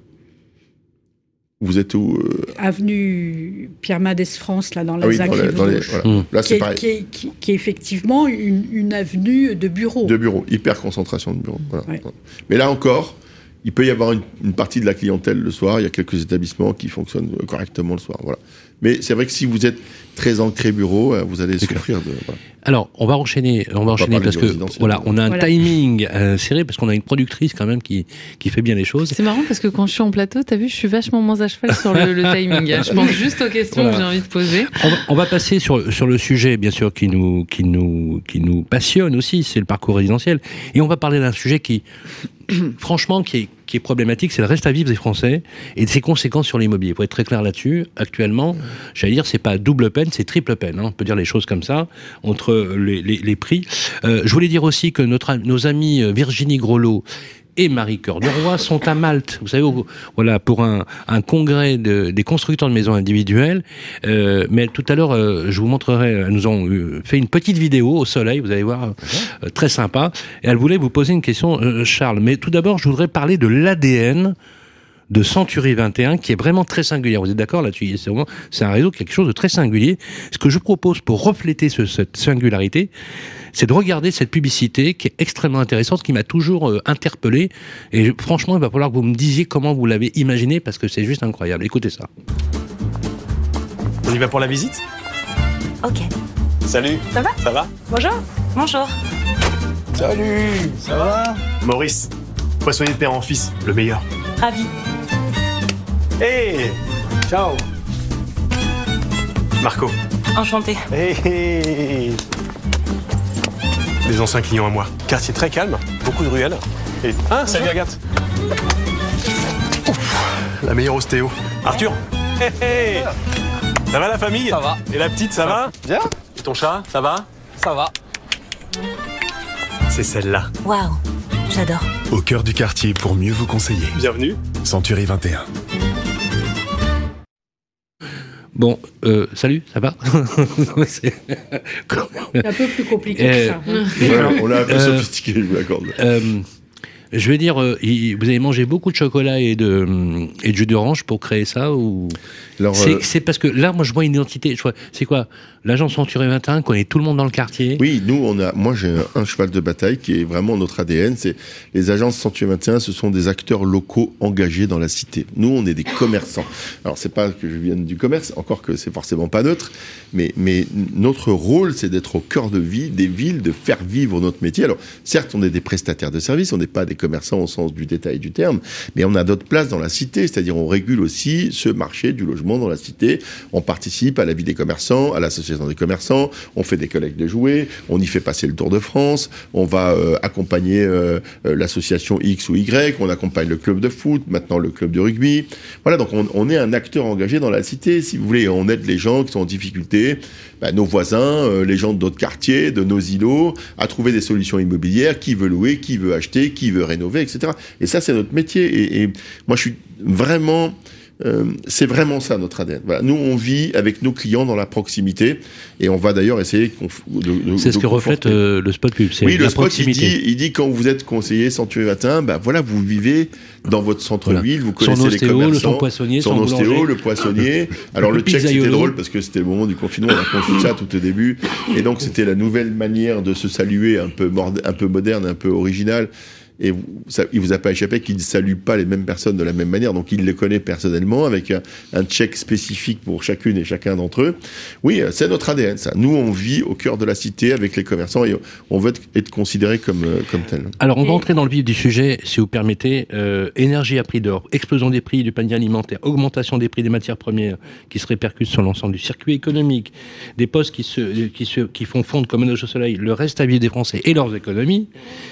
Vous êtes où euh... Avenue Pierre Mendès France, là, dans la ah oui, ZAC dans les, dans les, voilà. mmh. Là, c'est qui, pareil. Qui est, qui, qui est effectivement une, une avenue de bureaux. De bureaux, hyper concentration de bureaux. Voilà. Ouais. Mais là encore, il peut y avoir une, une partie de la clientèle le soir. Il y a quelques établissements qui fonctionnent correctement le soir. Voilà. Mais c'est vrai que si vous êtes très ancré bureau, vous allez souffrir de... Voilà. Alors, on va enchaîner, on va enchaîner parce que voilà, on a un voilà. timing euh, serré parce qu'on a une productrice quand même qui, qui fait bien les choses. C'est marrant parce que quand je suis en plateau, t'as vu, je suis vachement moins à cheval sur le, le timing. Je pense juste aux questions voilà. que j'ai envie de poser. On va, on va passer sur, sur le sujet, bien sûr, qui nous, qui nous, qui nous passionne aussi, c'est le parcours résidentiel. Et on va parler d'un sujet qui, franchement, qui est, qui est problématique, c'est le reste à vivre des Français et ses conséquences sur l'immobilier. Pour être très clair là-dessus, actuellement, j'allais dire, c'est pas double peine, c'est triple peine. Hein. On peut dire les choses comme ça, entre les, les, les prix. Euh, je voulais dire aussi que notre, nos amis Virginie Grelot et Marie Cœur de Roy sont à Malte, vous savez, au, voilà, pour un, un congrès de, des constructeurs de maisons individuelles. Euh, mais tout à l'heure, euh, je vous montrerai, elles nous ont euh, fait une petite vidéo au soleil, vous allez voir, euh, très sympa. Et elle voulait vous poser une question, euh, Charles. Mais tout d'abord, je voudrais parler de l'A D N de Century vingt et un, qui est vraiment très singulier. Vous êtes d'accord là-dessus? C'est vraiment, c'est un réseau, quelque chose de très singulier. Ce que je propose pour refléter ce, cette singularité, c'est de regarder cette publicité qui est extrêmement intéressante, qui m'a toujours euh, interpellé. Et franchement, il va falloir que vous me disiez comment vous l'avez imaginé, parce que c'est juste incroyable. Écoutez ça. On y va pour la visite? Ok. Salut. Ça va? Ça va? Bonjour. Bonjour. Salut. Ça va? Maurice, poissonnier de père en fils, le meilleur. Ravi. Hey. Ciao. Marco. Enchanté. Hey, hey. Des anciens clients à moi. Quartier très calme, beaucoup de ruelles. Et... Ah, salut Agathe. Ouf, la meilleure ostéo. Arthur. Hey, hey. Ça va la famille? Ça va. Et la petite, ça, ça va? Bien. Et ton chat, ça va? Ça va. C'est celle-là. Waouh, j'adore. Au cœur du quartier pour mieux vous conseiller. Bienvenue. Century vingt et un. Bon, euh, salut, ça va? C'est un peu plus compliqué euh, que ça. Hein. Voilà, on l'a un peu euh, sophistiqué, je vous l'accorde. Euh, je vais dire, euh, vous avez mangé beaucoup de chocolat et de, et de jus d'orange pour créer ça ou... Alors, c'est, euh... c'est parce que là, moi, je vois une identité. Je vois, c'est quoi? L'agence Century vingt et un connaît tout le monde dans le quartier. Oui, nous, on a. Moi, j'ai un, un cheval de bataille qui est vraiment notre A D N. C'est les agences Century vingt et un. Ce sont des acteurs locaux engagés dans la cité. Nous, on est des commerçants. Alors, c'est pas que je vienne du commerce, encore que c'est forcément pas neutre. Mais, mais notre rôle, c'est d'être au cœur de vie des villes, de faire vivre notre métier. Alors, certes, on est des prestataires de services. On n'est pas des commerçants au sens du détail du terme, mais on a d'autres places dans la cité. C'est-à-dire, on régule aussi ce marché du logement dans la cité, on participe à la vie des commerçants, à l'association des commerçants, on fait des collectes de jouets, on y fait passer le Tour de France, on va euh, accompagner euh, l'association X ou Y, on accompagne le club de foot, maintenant le club de rugby. Voilà, donc on, on est un acteur engagé dans la cité, si vous voulez, on aide les gens qui sont en difficulté, bah, nos voisins, euh, les gens de d'autres quartiers, de nos îlots, à trouver des solutions immobilières, qui veut louer, qui veut acheter, qui veut rénover, et cetera. Et ça, c'est notre métier. Et, et moi, je suis vraiment... Euh, c'est vraiment ça notre A D N. Voilà. Nous, on vit avec nos clients dans la proximité et on va d'ailleurs essayer de, de, de c'est ce de que reflète euh, le spot pub. C'est oui, la le spot, proximité. Il dit, il dit quand vous êtes conseiller Century vingt et un, bah voilà, vous vivez dans votre centre-ville, voilà. Vous connaissez son les ostéo, commerçants, son poissonnier, son, son ostéo, le poissonnier. Alors le, le check, c'était drôle parce que c'était le moment du confinement, on a conçu ça tout au début, et donc c'était la nouvelle manière de se saluer, un peu, mord, un peu moderne, un peu originale. et vous, ça, il vous a pas échappé qu'il ne salue pas les mêmes personnes de la même manière, donc il les connaît personnellement avec un, un check spécifique pour chacune et chacun d'entre eux. Oui, c'est notre A D N, ça. Nous, on vit au cœur de la cité avec les commerçants et on veut être, être considéré comme, comme tel. Alors, on va entrer dans le vif du sujet, si vous permettez. Euh, énergie à prix d'or, explosion des prix du panier alimentaire, augmentation des prix des matières premières qui se répercutent sur l'ensemble du circuit économique, des postes qui, se, qui, se, qui font fondre comme un neige au soleil le reste à vivre des Français et leurs économies.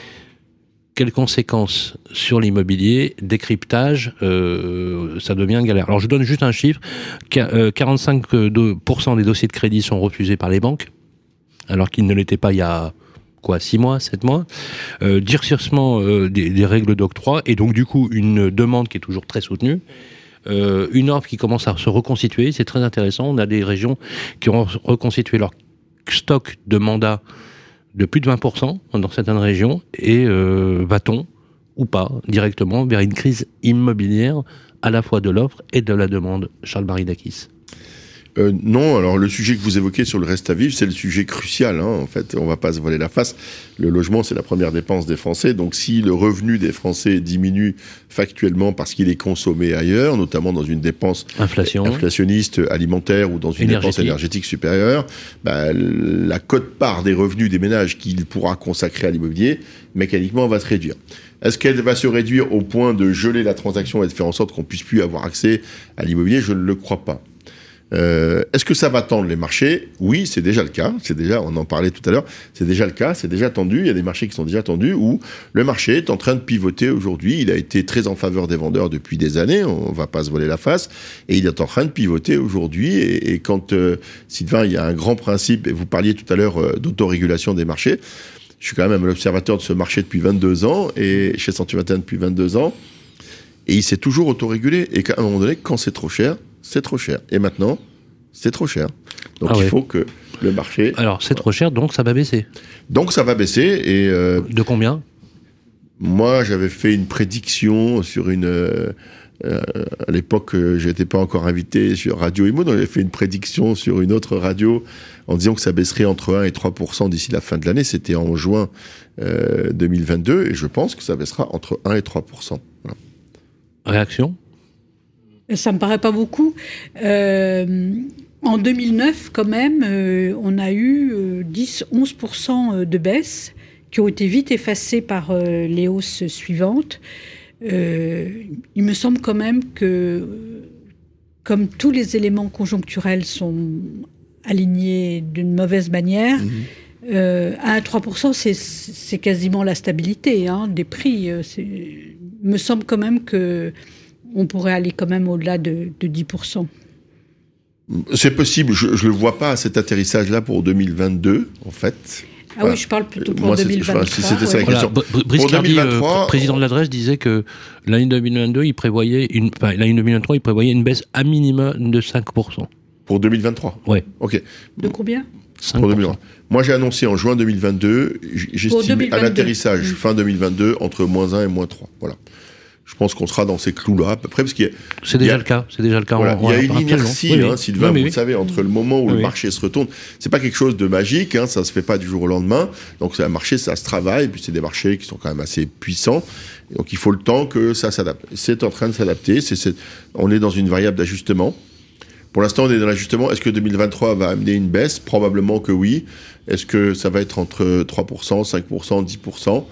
Quelles conséquences sur l'immobilier? Décryptage, euh, ça devient galère. Alors je donne juste un chiffre, quarante-cinq pour cent des dossiers de crédit sont refusés par les banques, alors qu'ils ne l'étaient pas il y a quoi, six mois, sept mois. Euh, durcissement euh, des, des règles d'octroi, et donc du coup une demande qui est toujours très soutenue. Euh, une offre qui commence à se reconstituer, c'est très intéressant. On a des régions qui ont reconstitué leur stock de mandats de plus de vingt pour cent dans certaines régions, et euh, va-t-on, ou pas, directement vers une crise immobilière à la fois de l'offre et de la demande? Charles Baridakis. Euh, non, alors le sujet que vous évoquez sur le reste à vivre, c'est le sujet crucial, hein, en fait, on va pas se voiler la face. Le logement, c'est la première dépense des Français, donc si le revenu des Français diminue factuellement parce qu'il est consommé ailleurs, notamment dans une dépense Inflation. inflationniste alimentaire ou dans une énergétique. dépense énergétique supérieure, bah, la quote-part des revenus des ménages qu'il pourra consacrer à l'immobilier, mécaniquement, va se réduire. Est-ce qu'elle va se réduire au point de geler la transaction et de faire en sorte qu'on puisse plus avoir accès à l'immobilier? Je ne le crois pas. Euh, est-ce que ça va tendre les marchés? Oui, c'est déjà le cas. C'est déjà, on en parlait tout à l'heure. C'est déjà le cas. C'est déjà tendu. Il y a des marchés qui sont déjà tendus où le marché est en train de pivoter aujourd'hui. Il a été très en faveur des vendeurs depuis des années. On va pas se voiler la face. Et il est en train de pivoter aujourd'hui. Et, et quand, euh, Sylvain, il y a un grand principe, et vous parliez tout à l'heure euh, d'autorégulation des marchés. Je suis quand même l'observateur de ce marché depuis vingt-deux ans et chez cent vingt et un depuis vingt-deux ans. Et il s'est toujours autorégulé. Et qu'à un moment donné, quand c'est trop cher, c'est trop cher. Et maintenant, c'est trop cher. Donc, ah il ouais. faut que le marché... Alors, c'est trop cher, donc ça va baisser. Donc, ça va baisser. Et euh, de combien? Moi, j'avais fait une prédiction sur une... Euh, euh, à l'époque, je n'étais pas encore invité sur Radio Imo, donc j'avais fait une prédiction sur une autre radio en disant que ça baisserait entre un et trois pour cent d'ici la fin de l'année. C'était en juin euh, deux mille vingt-deux. Et je pense que ça baissera entre un et trois pour cent. Voilà. Réaction? Ça me paraît pas beaucoup. Euh, en deux mille neuf, quand même, euh, on a eu euh, dix à onze pour cent de baisse qui ont été vite effacées par euh, les hausses suivantes. Euh, il me semble quand même que, comme tous les éléments conjoncturels sont alignés d'une mauvaise manière, mmh. euh, un à trois pour cent, c'est, c'est quasiment la stabilité hein, des prix. C'est, il me semble quand même que on pourrait aller quand même au-delà de, de dix pour cent. C'est possible, je ne le vois pas, cet atterrissage-là pour deux mille vingt-deux, en fait. Ah voilà. Oui, je parle plutôt pour Moi, deux mille vingt-trois. Si c'était ça la question. Voilà. Brice Cardi, euh, président de l'adresse, disait que l'année deux mille vingt-deux, il prévoyait une, enfin, l'année deux mille vingt-trois, il prévoyait une baisse à minima de cinq pour cent. Pour deux mille vingt-trois? Oui. Ok. De combien? cinq pour cent. Pour deux mille vingt-trois. Moi, j'ai annoncé en juin deux mille vingt-deux, j'estime à l'atterrissage, mmh. fin deux mille vingt-deux, entre moins un et moins trois. Voilà. Je pense qu'on sera dans ces clous-là, à peu près, parce qu'il y a... C'est déjà a, le cas, c'est déjà le cas. Voilà, en, il y a une inertie, oui, hein, oui. Sylvain, oui, vous oui. savez, entre le moment où oui. le marché se retourne, c'est pas quelque chose de magique, hein, ça se fait pas du jour au lendemain, donc c'est un marché, ça se travaille, et puis c'est des marchés qui sont quand même assez puissants, donc il faut le temps que ça s'adapte. C'est en train de s'adapter, c'est, c'est, on est dans une variable d'ajustement. Pour l'instant, on est dans l'ajustement. Est-ce que deux mille vingt-trois va amener une baisse? Probablement que oui. Est-ce que ça va être entre trois pour cent, cinq pour cent, dix pour cent?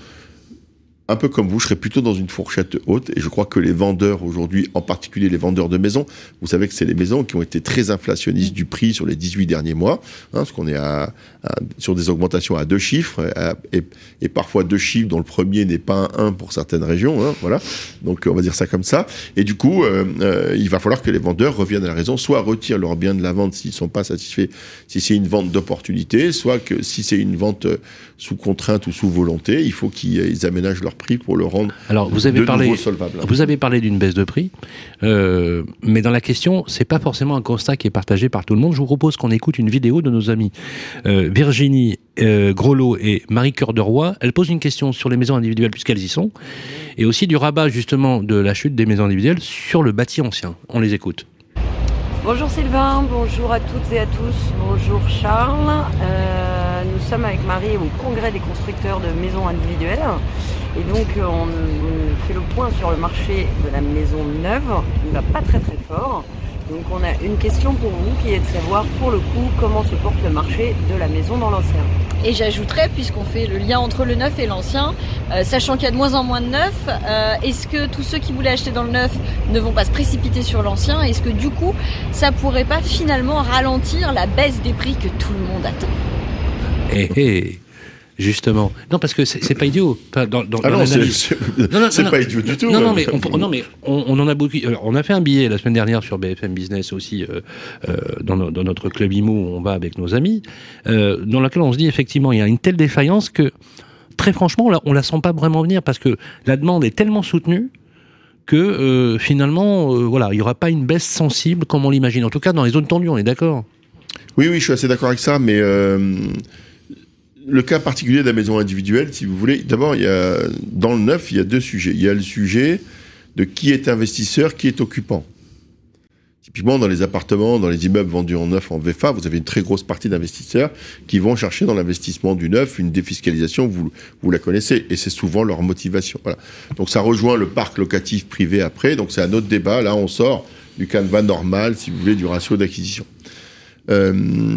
Un peu comme vous, je serais plutôt dans une fourchette haute, et je crois que les vendeurs aujourd'hui, en particulier les vendeurs de maisons, vous savez que c'est les maisons qui ont été très inflationnistes du prix sur les dix-huit derniers mois, hein, parce qu'on est à, à, sur des augmentations à deux chiffres, à, et, et parfois deux chiffres dont le premier n'est pas un un pour certaines régions, hein, voilà. Donc on va dire ça comme ça. Et du coup, euh, euh, il va falloir que les vendeurs reviennent à la raison, soit retirent leurs biens de la vente s'ils ne sont pas satisfaits, si c'est une vente d'opportunité, soit que si c'est une vente sous contrainte ou sous volonté, il faut qu'ils aménagent leur prix pour le rendre Alors, vous avez de parlé, nouveau solvable. Vous avez parlé d'une baisse de prix, euh, mais dans la question, c'est pas forcément un constat qui est partagé par tout le monde. Je vous propose qu'on écoute une vidéo de nos amis euh, Virginie euh, Grelot et Marie Cœur de Roy. Elles posent une question sur les maisons individuelles puisqu'elles y sont, et aussi du rabat justement de la chute des maisons individuelles sur le bâti ancien. On les écoute. Bonjour Sylvain, bonjour à toutes et à tous, bonjour Charles. Euh, nous sommes avec Marie au congrès des constructeurs de maisons individuelles Et donc, euh, on, on fait le point sur le marché de la maison neuve. Il ne va pas très très fort. Donc, on a une question pour vous qui est de savoir, pour le coup, comment se porte le marché de la maison dans l'ancien. Et j'ajouterais, puisqu'on fait le lien entre le neuf et l'ancien, euh, sachant qu'il y a de moins en moins de neuf, euh, est-ce que tous ceux qui voulaient acheter dans le neuf ne vont pas se précipiter sur l'ancien? Est-ce que du coup, ça pourrait pas finalement ralentir la baisse des prix que tout le monde attend? Eh eh, justement. Non, parce que c'est, c'est pas idiot. Pas dans, dans, ah dans non, c'est, l'analyse. c'est, non, non, c'est non, pas idiot du tout. Non, non, mais, on, non, mais on, on en a beaucoup. Alors, on a fait un billet la semaine dernière sur B F M Business aussi, euh, euh, dans, no, dans notre club I M O où on va avec nos amis, euh, dans lequel on se dit effectivement, il y a une telle défaillance que, très franchement, on la, on la sent pas vraiment venir parce que la demande est tellement soutenue que euh, finalement, euh, voilà, il y aura pas une baisse sensible comme on l'imagine. En tout cas, dans les zones tendues, on est d'accord. Oui, oui, je suis assez d'accord avec ça, mais euh, le cas particulier de la maison individuelle, si vous voulez, d'abord, il y a, dans le neuf, il y a deux sujets. Il y a le sujet de qui est investisseur, qui est occupant. Typiquement, dans les appartements, dans les immeubles vendus en neuf, en V F A, vous avez une très grosse partie d'investisseurs qui vont chercher dans l'investissement du neuf une défiscalisation, vous, vous la connaissez, et c'est souvent leur motivation. Voilà. Donc ça rejoint le parc locatif privé après, donc c'est un autre débat. Là, on sort du canevas normal, si vous voulez, du ratio d'acquisition. Euh,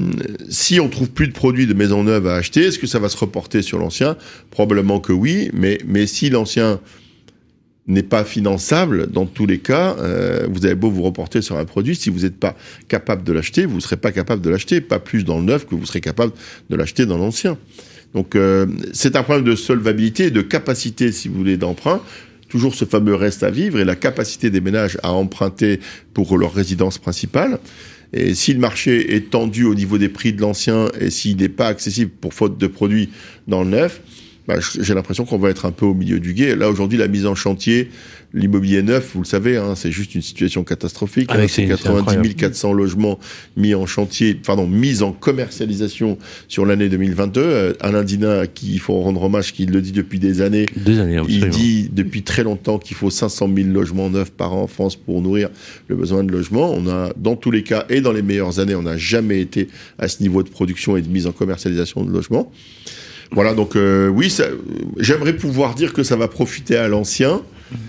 si on trouve plus de produits de maison neuve à acheter, est-ce que ça va se reporter sur l'ancien? Probablement que oui, mais, mais si l'ancien n'est pas finançable, dans tous les cas, euh, vous avez beau vous reporter sur un produit, si vous n'êtes pas capable de l'acheter, vous ne serez pas capable de l'acheter, pas plus dans le neuf que vous serez capable de l'acheter dans l'ancien. Donc euh, c'est un problème de solvabilité et de capacité, si vous voulez, d'emprunt. Toujours ce fameux reste à vivre et la capacité des ménages à emprunter pour leur résidence principale. Et si le marché est tendu au niveau des prix de l'ancien et s'il n'est pas accessible pour faute de produits dans le neuf, bah, j'ai l'impression qu'on va être un peu au milieu du gué. Là, aujourd'hui, la mise en chantier, l'immobilier neuf, vous le savez, hein, c'est juste une situation catastrophique. Ah, hein, c'est quatre-vingt-dix mille quatre cents logements mis en chantier, pardon, mis en commercialisation sur l'année deux mille vingt-deux. Euh, Alain Dina, qui, il faut rendre hommage, qui le dit depuis des années. Des années, absolument. Il dit depuis très longtemps qu'il faut cinq cent mille logements neufs par an en France pour nourrir le besoin de logement. On a, dans tous les cas, et dans les meilleures années, on n'a jamais été à ce niveau de production et de mise en commercialisation de logements. Voilà, donc euh, oui, ça, j'aimerais pouvoir dire que ça va profiter à l'ancien.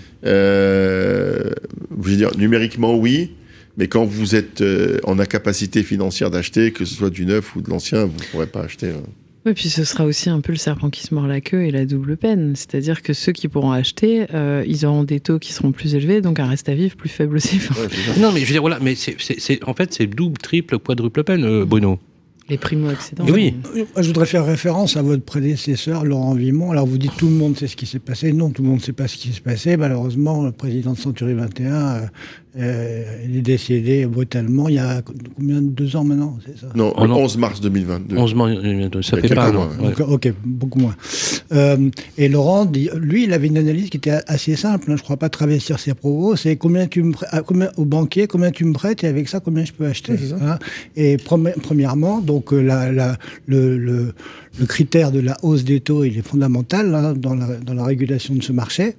Euh, je veux dire, numériquement, oui, mais quand vous êtes euh, en incapacité financière d'acheter, que ce soit du neuf ou de l'ancien, vous ne pourrez pas acheter. Hein. Oui, puis ce sera aussi un peu le serpent qui se mord la queue et la double peine. C'est-à-dire que ceux qui pourront acheter, euh, ils auront des taux qui seront plus élevés, donc un reste à vivre plus faible aussi. Ouais, non, mais je veux dire, voilà, mais c'est, c'est, c'est, en fait, c'est double, triple, quadruple peine, euh, Bruno. Les primo-accédants. Oui. Je voudrais faire référence à votre prédécesseur, Laurent Vimont. Alors, vous dites tout le monde sait ce qui s'est passé. Non, tout le monde ne sait pas ce qui s'est passé. Malheureusement, le président de Century vingt et un, euh, euh, il est décédé brutalement il y a combien de deux ans maintenant, c'est ça? Non, le onze mars deux mille vingt-deux. onze mars deux mille vingt-deux, ça fait pas un an. Ouais. Donc, ok, beaucoup moins. Euh, et Laurent, dit, lui, il avait une analyse qui était assez simple. Hein, je ne crois pas travestir ses propos. C'est combien tu me prêtes, combien, au banquier, combien tu me prêtes et avec ça, combien je peux acheter. Ouais, hein. Et premi- premièrement, donc, la, la, le, le, le critère de la hausse des taux, il est fondamental hein, dans, la, dans la régulation de ce marché.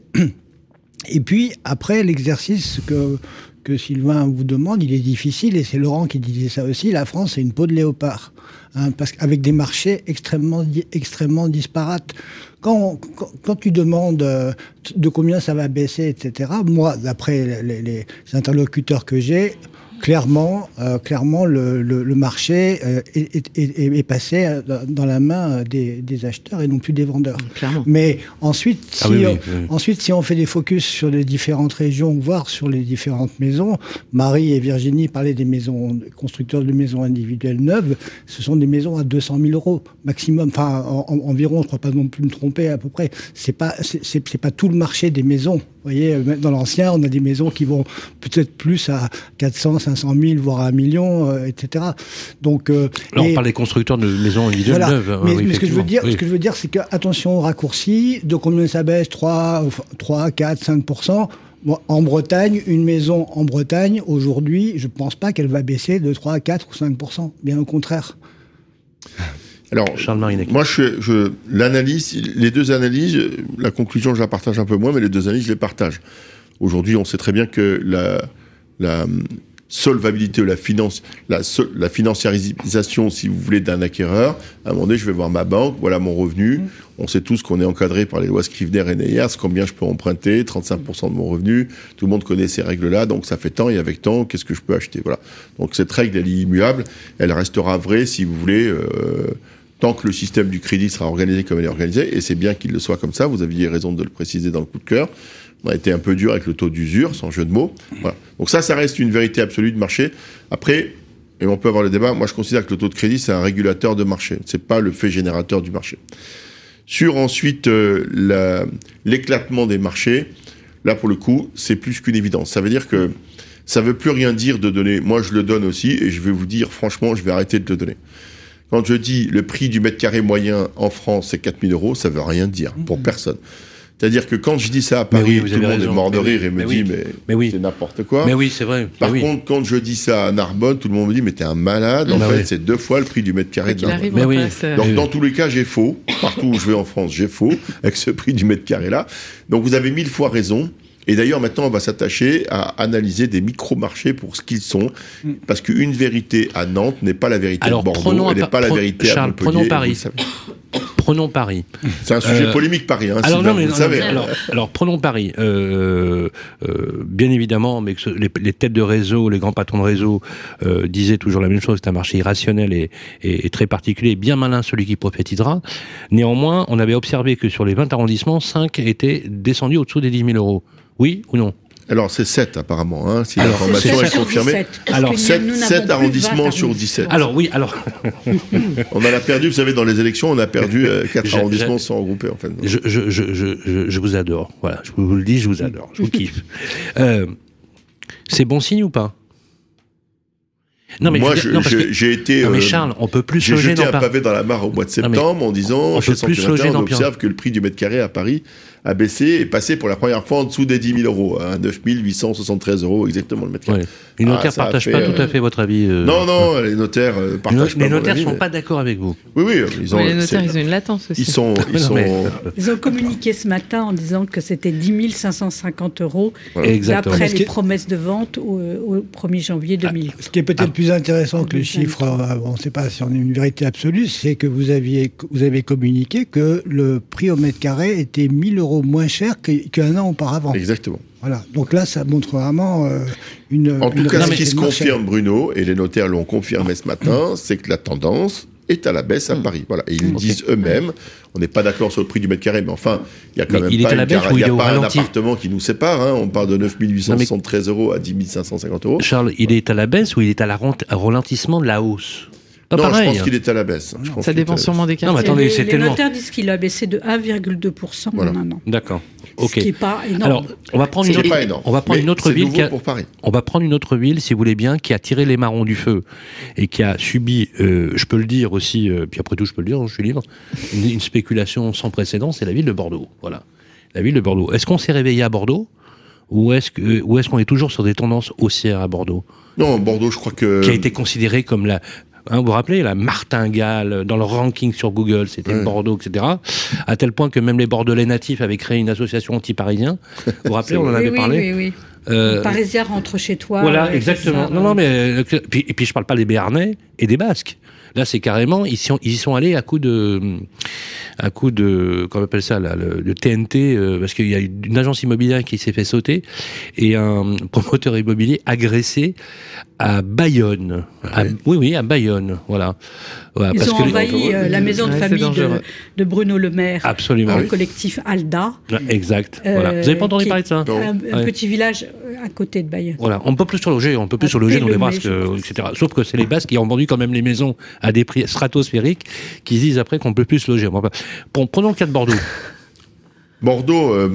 Et puis, après, l'exercice que, que Sylvain vous demande, il est difficile, et c'est Laurent qui disait ça aussi, la France, c'est une peau de léopard, hein, parce qu'avec des marchés extrêmement, extrêmement disparates. Quand, quand, quand tu demandes euh, de combien ça va baisser, et cetera, moi, d'après les, les interlocuteurs que j'ai, Clairement, euh, clairement, le, le, le marché euh, est, est, est, est passé dans la main des, des acheteurs et non plus des vendeurs. Clairement. Mais ensuite, si, ah oui, oui, oui. On, ensuite, si on fait des focus sur les différentes régions, voire sur les différentes maisons, Marie et Virginie parlaient des maisons, des constructeurs de maisons individuelles neuves. Ce sont des maisons à deux cent mille euros maximum, enfin en, en, environ. Je ne crois pas non plus me tromper à peu près. C'est pas, c'est, c'est, c'est pas tout le marché des maisons. Vous voyez, dans l'ancien, on a des maisons qui vont peut-être plus à quatre cents, cinq cent mille, voire à un million, euh, et cetera. Donc, euh, là, et, on parle des constructeurs de maisons individuelles voilà. neuves. Hein, mais, oui, mais ce que je veux dire, oui. ce que je veux dire, c'est que attention au raccourci. De combien ça baisse? trois, quatre, cinq pour cent. Bon, en Bretagne, une maison en Bretagne, aujourd'hui, je ne pense pas qu'elle va baisser de trois, quatre ou cinq pour cent. Bien au contraire. Alors, moi, je, je, l'analyse, les deux analyses, la conclusion, je la partage un peu moins, mais les deux analyses, je les partage. Aujourd'hui, on sait très bien que la, la, solvabilité ou la, finance, la, la financiarisation, si vous voulez, d'un acquéreur. À un moment donné, je vais voir ma banque, voilà mon revenu. Mmh. On sait tous qu'on est encadré par les lois Scrivener et Neyers, combien je peux emprunter, trente-cinq pour cent de mon revenu. Tout le monde connaît ces règles-là, donc ça fait tant et avec tant, qu'est-ce que je peux acheter, voilà. Donc cette règle, elle est immuable, elle restera vraie, si vous voulez, euh, tant que le système du crédit sera organisé comme il est organisé, et c'est bien qu'il le soit comme ça, vous aviez raison de le préciser dans le coup de cœur. On a été un peu dur avec le taux d'usure, sans jeu de mots. Voilà. Donc ça, ça reste une vérité absolue de marché. Après, et on peut avoir le débat, moi je considère que le taux de crédit, c'est un régulateur de marché. C'est pas le fait générateur du marché. Sur ensuite euh, la, l'éclatement des marchés, là pour le coup, c'est plus qu'une évidence. Ça veut dire que ça veut plus rien dire de donner. Moi, je le donne aussi, et je vais vous dire, franchement, je vais arrêter de le donner. Quand je dis le prix du mètre carré moyen en France, c'est quatre mille euros, ça veut rien dire pour mmh. personne. C'est-à-dire que quand je dis ça à Paris, oui, tout le monde raison. est mort de rire et me mais dit, oui. mais, mais oui. c'est n'importe quoi. Mais oui, c'est vrai. Par mais contre, oui. quand je dis ça à Narbonne, tout le monde me dit, mais t'es un malade. En bah fait, oui. c'est deux fois le prix du mètre carré de Narbonne. Mais oui. Donc, oui. dans tous les cas, j'ai faux. Partout où je vais en France, j'ai faux avec ce prix du mètre carré-là. Donc, vous avez mille fois raison. Et d'ailleurs, maintenant, on va s'attacher à analyser des micro-marchés pour ce qu'ils sont. Parce qu'une vérité à Nantes n'est pas la vérité Alors, à Bordeaux. Elle n'est pas la vérité Charles, à Montpellier. Prenons Paris. Prenons Paris. C'est un sujet euh, polémique, Paris, hein, alors, Sylvain, non, mais, vous non, le savez. Alors, alors, prenons Paris. Euh, euh, bien évidemment, mais que ce, les, les têtes de réseau, les grands patrons de réseau euh, disaient toujours la même chose, c'est un marché irrationnel et, et, et très particulier, bien malin celui qui prophétisera. Néanmoins, on avait observé que sur les vingt arrondissements, cinq étaient descendus au-dessous des dix mille euros. Oui ou non ? Alors, c'est sept, apparemment, hein, si alors, l'information est confirmée. dix-sept, alors, sept arrondissements sur dix-sept. Alors, oui, alors. On en a perdu, vous savez, dans les élections, on a perdu euh, quatre arrondissements sans regrouper, en fait. Je, je, je, je, je vous adore. Voilà, je vous le dis, je vous adore. Je vous kiffe. Euh, c'est bon signe ou pas ? Non, mais moi, je, non, je, que... j'ai été. Non, mais Charles, on peut plus se loger dans J'ai jeté un pavé dans la mare au mois de septembre non, en disant, on chez peut plus se loger on dans observe que le prix du mètre carré à Paris a baissé et passé pour la première fois en dessous des dix mille euros, à neuf mille huit cent soixante-treize euros exactement le mètre carré. Ouais. Les notaires ne ah, partagent fait, pas euh... tout à fait votre avis. Euh... Non, non, les notaires euh, partagent les pas. Les notaires ne sont mais... pas d'accord avec vous. Oui, oui, ils ont. Ouais, les notaires, ils ont une latence aussi. Ils sont, ils non, sont. Mais... Ils ont communiqué ce matin en disant que c'était dix mille cinq cent cinquante euros voilà. d'après les promesses de vente au, au premier janvier deux mille. Ah, ce qui est peut-être ah. plus intéressant que le chiffre, on ne sait pas si on a une vérité absolue, c'est que vous aviez, vous avez communiqué que le prix au mètre carré était mille euros moins cher qu'un an auparavant. Exactement. Voilà. Donc là, ça montre vraiment euh, une. En tout une cas, ce qui se confirme, Bruno, et les notaires l'ont confirmé ce matin, c'est que la tendance est à la baisse à Paris. Voilà. Et ils le okay. disent eux-mêmes. On n'est pas d'accord sur le prix du mètre carré, mais enfin, il y a quand mais même il pas, est à la baisse, il y a il pas un appartement qui nous sépare. Hein. On parle de neuf mille huit cent soixante-treize euros à dix mille cinq cent cinquante euros. Charles, il est à la baisse ou il est à la rente, à ralentissement de la hausse? Pas non, pareil, je pense hein. qu'il est à la baisse. Je pense ça dépend sûrement des quartiers. Non, mais attendez, les, c'est les tellement... notaires disent qu'il a baissé de un virgule deux pour cent voilà. en un an. D'accord. Ok. Ce qui n'est pas énorme. Alors, on va prendre c'est une autre, pas énorme, on va prendre une autre ville qui a, pour Paris. on va prendre une autre ville, si vous voulez bien, qui a tiré les marrons du feu et qui a subi, euh, je peux le dire aussi, euh, puis après tout, je peux le dire, je suis libre, une, une spéculation sans précédent, c'est la ville de Bordeaux. Voilà. La ville de Bordeaux. Est-ce qu'on s'est réveillé à Bordeaux? Ou est-ce que, ou est-ce qu'on est toujours sur des tendances haussières à Bordeaux? Non, Bordeaux, je crois que... Qui a été considéré comme la... Hein, vous vous rappelez, la martingale, dans le ranking sur Google, c'était mmh. Bordeaux, et cetera. À tel point que même les Bordelais natifs avaient créé une association anti-parisien. Vous vous rappelez, on en avait oui, parlé. Oui, oui, oui. Euh, Parisien rentre chez toi. Voilà, euh, exactement. Ça, non, non, mais euh, puis, et puis je parle pas des Béarnais et des Basques. Là, c'est carrément, ils sont, ils y sont allés à coup de, à coup de, comment on appelle ça, là, le, le T N T, euh, parce qu'il y a une agence immobilière qui s'est fait sauter et un promoteur immobilier agressé à Bayonne. À, oui. oui, oui, à Bayonne, voilà. voilà ils parce ont que envahi les... euh, la maison de ouais, famille de, de Bruno Le Maire. Absolument. Le collectif Alda. Ouais, exact. Euh, voilà. Vous n'avez pas entendu parler de ça? Un, un ouais. petit village à côté de Bayonne. Voilà, on peut plus sur loger, on peut plus sur loger dans les Basques, euh, et cetera. Sauf que c'est les Basques qui ont vendu quand même les maisons à des prix stratosphériques, qui se disent après qu'on peut plus se loger. Bon, bon, prenons le cas de Bordeaux. Bordeaux, euh,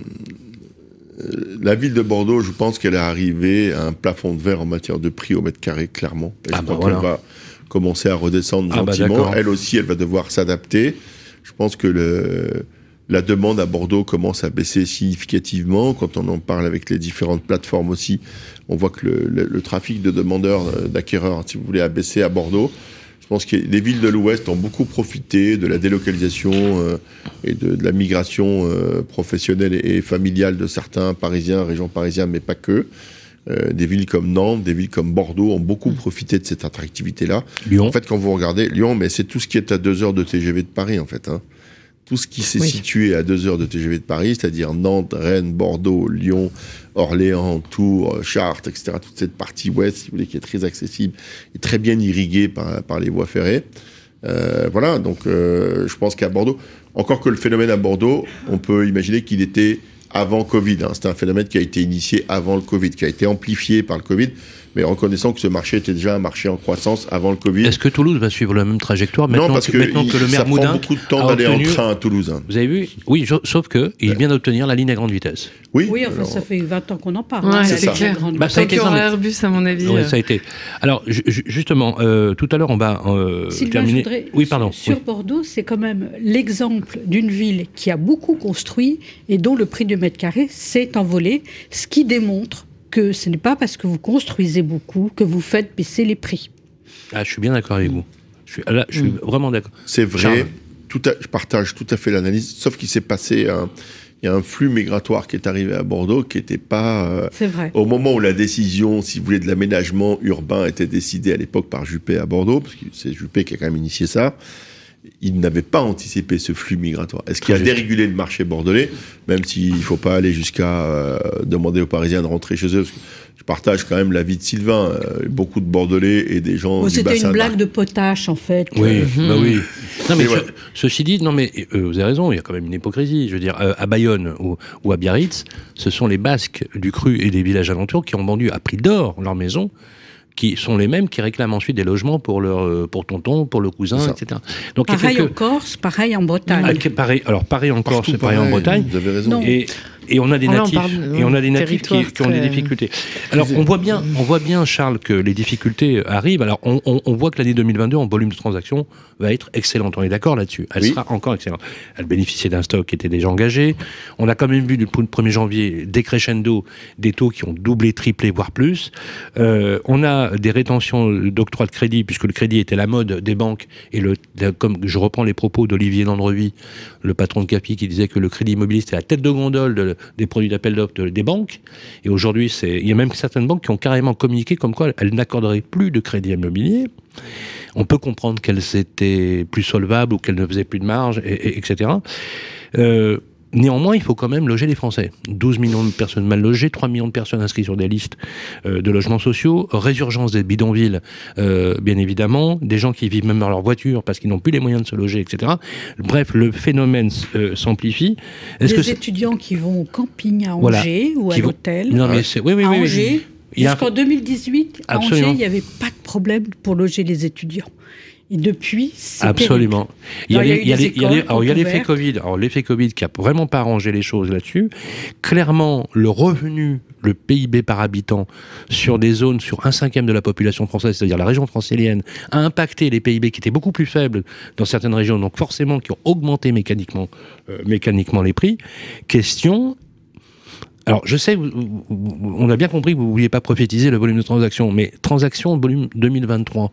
la ville de Bordeaux, je pense qu'elle est arrivée à un plafond de verre en matière de prix au mètre carré, clairement. Et ah je bah crois voilà. qu'elle va commencer à redescendre ah gentiment. Bah elle aussi, elle va devoir s'adapter. Je pense que le... La demande à Bordeaux commence à baisser significativement. Quand on en parle avec les différentes plateformes aussi, on voit que le, le, le trafic de demandeurs, d'acquéreurs, si vous voulez, a baissé à Bordeaux. Je pense que les villes de l'Ouest ont beaucoup profité de la délocalisation euh, et de, de la migration euh, professionnelle et, et familiale de certains Parisiens, régions parisiennes, mais pas que. Euh, des villes comme Nantes, des villes comme Bordeaux ont beaucoup profité de cette attractivité-là. Lyon. En fait, quand vous regardez Lyon, mais c'est tout ce qui est à deux heures de T G V de Paris, en fait. Hein. Tout ce qui s'est oui. situé à deux heures de T G V de Paris, c'est-à-dire Nantes, Rennes, Bordeaux, Lyon, Orléans, Tours, Chartres, et cetera. Toute cette partie ouest, si vous voulez, qui est très accessible et très bien irriguée par, par les voies ferrées. Euh, voilà, donc euh, je pense qu'à Bordeaux, encore que le phénomène à Bordeaux, on peut imaginer qu'il était avant Covid. Hein. C'est un phénomène qui a été initié avant le Covid, qui a été amplifié par le Covid, mais reconnaissant que ce marché était déjà un marché en croissance avant le Covid. Est-ce que Toulouse va suivre la même trajectoire maintenant Non, parce que, que, maintenant il, que le maire ça Moudin prend beaucoup de temps d'aller obtenu... en train à Toulouse. Hein. Vous avez vu ? Oui, je, sauf que il vient d'obtenir la ligne à grande vitesse. Oui, oui enfin, alors... ça fait vingt ans qu'on en parle. Ouais, hein, c'est, c'est clair. Bah, ça a été Airbus, à mon avis. Oui, ça a été. Alors, ju- justement, euh, tout à l'heure, on va euh, Sylvain, terminer. Voudrais, oui, pardon. Sur oui. Bordeaux, c'est quand même l'exemple d'une ville qui a beaucoup construit et dont le prix du mètre carré s'est envolé, ce qui démontre que ce n'est pas parce que vous construisez beaucoup que vous faites baisser les prix. Ah, je suis bien d'accord avec vous. Je suis, là, je suis mmh. vraiment d'accord. C'est vrai, tout à, je partage tout à fait l'analyse, sauf qu'il s'est passé un, il y a un flux migratoire qui est arrivé à Bordeaux qui n'était pas... Euh, c'est vrai. Au moment où la décision, si vous voulez, de l'aménagement urbain était décidée à l'époque par Juppé à Bordeaux, parce que c'est Juppé qui a quand même initié ça, il n'avait pas anticipé ce flux migratoire. Est-ce qu'il a dérégulé le marché bordelais, même s'il ne faut pas aller jusqu'à euh, demander aux Parisiens de rentrer chez eux, parce que je partage quand même l'avis de Sylvain. Euh, beaucoup de Bordelais et des gens oh, du bassin. C'était une blague de potache, en fait. Oui, mmh. bah oui. Non, mais ce, ouais. ceci dit, non, mais euh, vous avez raison, il y a quand même une hypocrisie. Je veux dire, euh, à Bayonne ou, ou à Biarritz, ce sont les Basques du Cru et des villages alentours qui ont vendu à prix d'or leur maison, qui sont les mêmes qui réclament ensuite des logements pour leur pour tonton, pour le cousin, et cetera. Donc pareil quelques... en Corse, pareil en Bretagne. Ah, pareil, alors pareil en Corse, pareil, pareil en Bretagne. Vous avez raison. Et, et on a des ah, natifs, on et on a des natifs qui, qui ont des difficultés. Alors on voit bien, on voit bien, Charles, que les difficultés arrivent. Alors on, on, on voit que l'année deux mille vingt-deux en volume de transactions va être excellente. On est d'accord là-dessus. Elle oui. sera encore excellente. Elle bénéficiait d'un stock qui était déjà engagé. On a quand même vu depuis le premier janvier des crescendo, des taux qui ont doublé, triplé, voire plus. Euh, on a des rétentions d'octroi de crédit, puisque le crédit était la mode des banques, et le, comme je reprends les propos d'Olivier Landrevie, le patron de Capi, qui disait que le crédit immobilier c'était la tête de gondole de, des produits d'appel d'offres des banques, et aujourd'hui c'est, il y a même certaines banques qui ont carrément communiqué comme quoi elles n'accorderaient plus de crédit immobilier. On peut comprendre qu'elles étaient plus solvables ou qu'elles ne faisaient plus de marge, et, et, etc. Euh, Néanmoins, il faut quand même loger les Français. douze millions de personnes mal logées, trois millions de personnes inscrites sur des listes euh, de logements sociaux, résurgence des bidonvilles, euh, bien évidemment, des gens qui vivent même dans leur voiture parce qu'ils n'ont plus les moyens de se loger, et cetera. Bref, le phénomène euh, s'amplifie. Est-ce les que étudiants qui vont au camping à Angers voilà. ou à qui l'hôtel. Non, mais c'est... Oui, oui, à oui, Angers, oui. jusqu'en deux mille dix-huit, à Absolument. Angers, il n'y avait pas de problème pour loger les étudiants. Et depuis, c'est absolument. Il y a, alors, il y a, les, il y a, les, alors, il y a l'effet Covid. Alors l'effet Covid qui a vraiment pas arrangé les choses là-dessus. Clairement, le revenu, le P I B par habitant sur des zones sur un cinquième de la population française, c'est-à-dire la région francilienne, a impacté les P I B qui étaient beaucoup plus faibles dans certaines régions, donc forcément qui ont augmenté mécaniquement, euh, mécaniquement les prix. Question. Alors, je sais, on a bien compris que vous ne vouliez pas prophétiser le volume de transactions, mais transactions volume deux mille vingt-trois.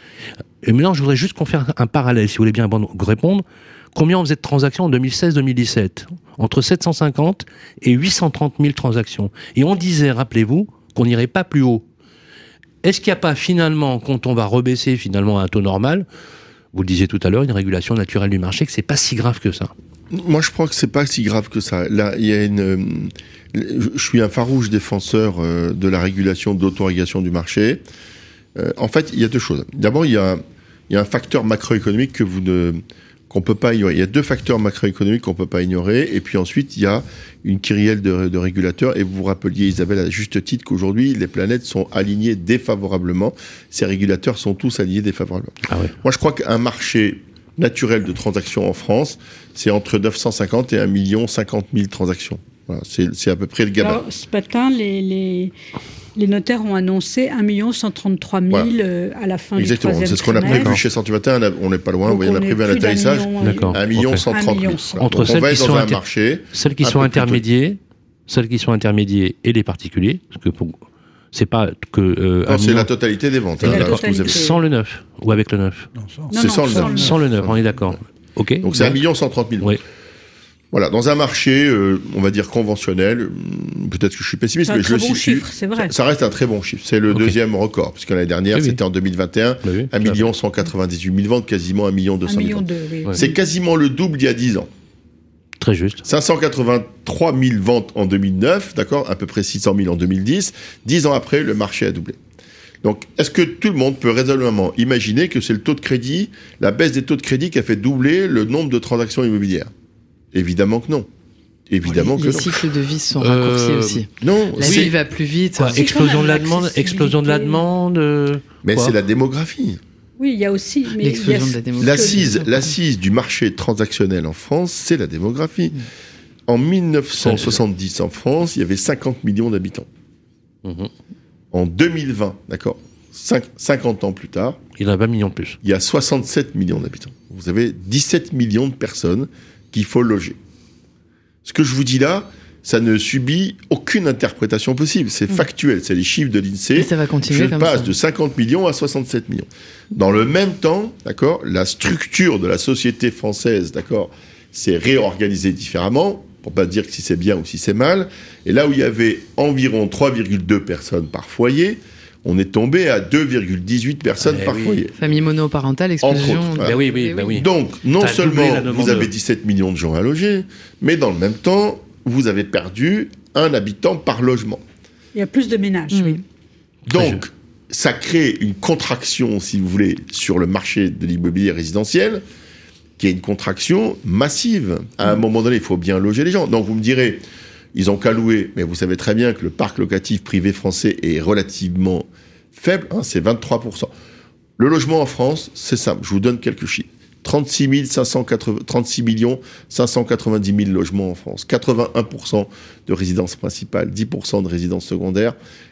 Et maintenant, je voudrais juste qu'on fasse un parallèle, si vous voulez bien répondre. Combien on faisait de transactions en deux mille seize deux mille dix-sept ? Entre sept cent cinquante et huit cent trente mille transactions. Et on disait, rappelez-vous, qu'on n'irait pas plus haut. Est-ce qu'il n'y a pas finalement, quand on va rebaisser finalement à un taux normal, vous le disiez tout à l'heure, une régulation naturelle du marché, que c'est pas si grave que ça ? Moi, je crois que c'est pas si grave que ça. Là, il y a une... Je suis un farouche défenseur de la régulation, de l'autorégulation du marché. Euh, en fait, il y a deux choses. D'abord, il y a, il y a un facteur macroéconomique que vous ne, qu'on peut pas ignorer. Il y a deux facteurs macroéconomiques qu'on peut pas ignorer. Et puis ensuite, il y a une kyrielle de, de régulateurs. Et vous vous rappeliez, Isabelle, à juste titre, qu'aujourd'hui, les planètes sont alignées défavorablement. Ces régulateurs sont tous alignés défavorablement. Ah ouais. Moi, je crois qu'un marché naturel de transactions en France, c'est entre neuf cent cinquante et un million cinquante mille transactions. Voilà, c'est, c'est à peu près le gabarit. Alors, ce matin, les... les... Les notaires ont annoncé un million cent trente-trois mille voilà. euh, à la fin Exactement. du troisième trimestre. C'est ce qu'on a prévu chez Centimatin. On n'est pas loin. Donc on a prévu un atterrissage. D'accord. un million cent trente mille. Entre Donc celles on va qui être dans sont un inter... marché. Celles qui sont intermédiaires, celles qui sont intermédiaires et les particuliers, parce que pour... c'est pas que. Euh, non, c'est million... la totalité des ventes. Hein, la totalité. Vous avez... Sans le neuf ou avec le neuf. Non, sans, c'est non, sans, non, le neuf. Sans le neuf, on est d'accord. Ok. Donc c'est un million cent trente mille. Oui. Voilà, dans un marché, euh, on va dire conventionnel, peut-être que je suis pessimiste, mais je le C'est un très bon situe. chiffre, c'est vrai. Ça, ça reste un très bon chiffre. C'est le Okay. deuxième record, puisque l'année dernière, Oui, oui. c'était en deux mille vingt et un, Bah oui, un million cent quatre-vingt-dix-huit mille ventes, quasiment un million deux Un cent mille million ventes. deux, oui. Ouais. C'est quasiment le double d'il y a dix ans. Très juste. cinq cent quatre-vingt-trois mille ventes en deux mille neuf, d'accord, à peu près six cent mille en deux mille dix. Dix ans après, le marché a doublé. Donc, est-ce que tout le monde peut raisonnablement imaginer que c'est le taux de crédit, la baisse des taux de crédit qui a fait doubler le nombre de transactions immobilières? Évidemment que non. Évidemment les que les non. cycles de vie sont Euh, raccourcis aussi. Non, La c'est- vie va plus vite. Quoi, C'est explosion quand de même la demande, l'accessibilité. explosion de la demande. euh, mais quoi c'est la démographie. Oui, il y a aussi. Mais il y a- L'explosion de la démographie. L'assise, l'assise du marché transactionnel en France, c'est la démographie. En mille neuf cent soixante-dix, en France, il y avait cinquante millions d'habitants. Mhm. En deux mille vingt, d'accord, cinq- cinquante ans plus tard, Il y en a vingt millions de plus. il y a soixante-sept millions d'habitants. Vous avez dix-sept millions de personnes qu'il faut loger. Ce que je vous dis là, ça ne subit aucune interprétation possible. C'est factuel, c'est les chiffres de Et l'INSEE. ça va continuer Je comme passe ça. de cinquante millions à soixante-sept millions. Dans le même temps, d'accord, la structure de la société française, d'accord, s'est réorganisée différemment, pour pas dire que si c'est bien ou si c'est mal. Et là où il y avait environ trois virgule deux personnes par foyer, on est tombé à deux virgule dix-huit personnes Eh par oui. foyer. Famille monoparentale, explosion. Entre autres, Bah oui, oui, bah oui. Donc, non T'as doublé seulement la demande. vous avez dix-sept millions de gens à loger, mais dans le même temps, vous avez perdu un habitant par logement. Il y a plus de ménages, Mmh. oui. Très Donc, ça crée une contraction, si vous voulez, sur le marché de l'immobilier résidentiel, qui est une contraction massive. À un moment donné, il faut bien loger les gens. Donc, vous me direz, ils ont qu'à louer, mais vous savez très bien que le parc locatif privé français est relativement faible, hein, c'est vingt-trois pour cent. Le logement en France, c'est simple, je vous donne quelques chiffres. trente-six mille cinq cent quatre-vingts trente-six millions cinq cent quatre-vingt-dix mille logements en France, quatre-vingt-un pour cent de résidences principales, dix pour cent de résidences secondaires,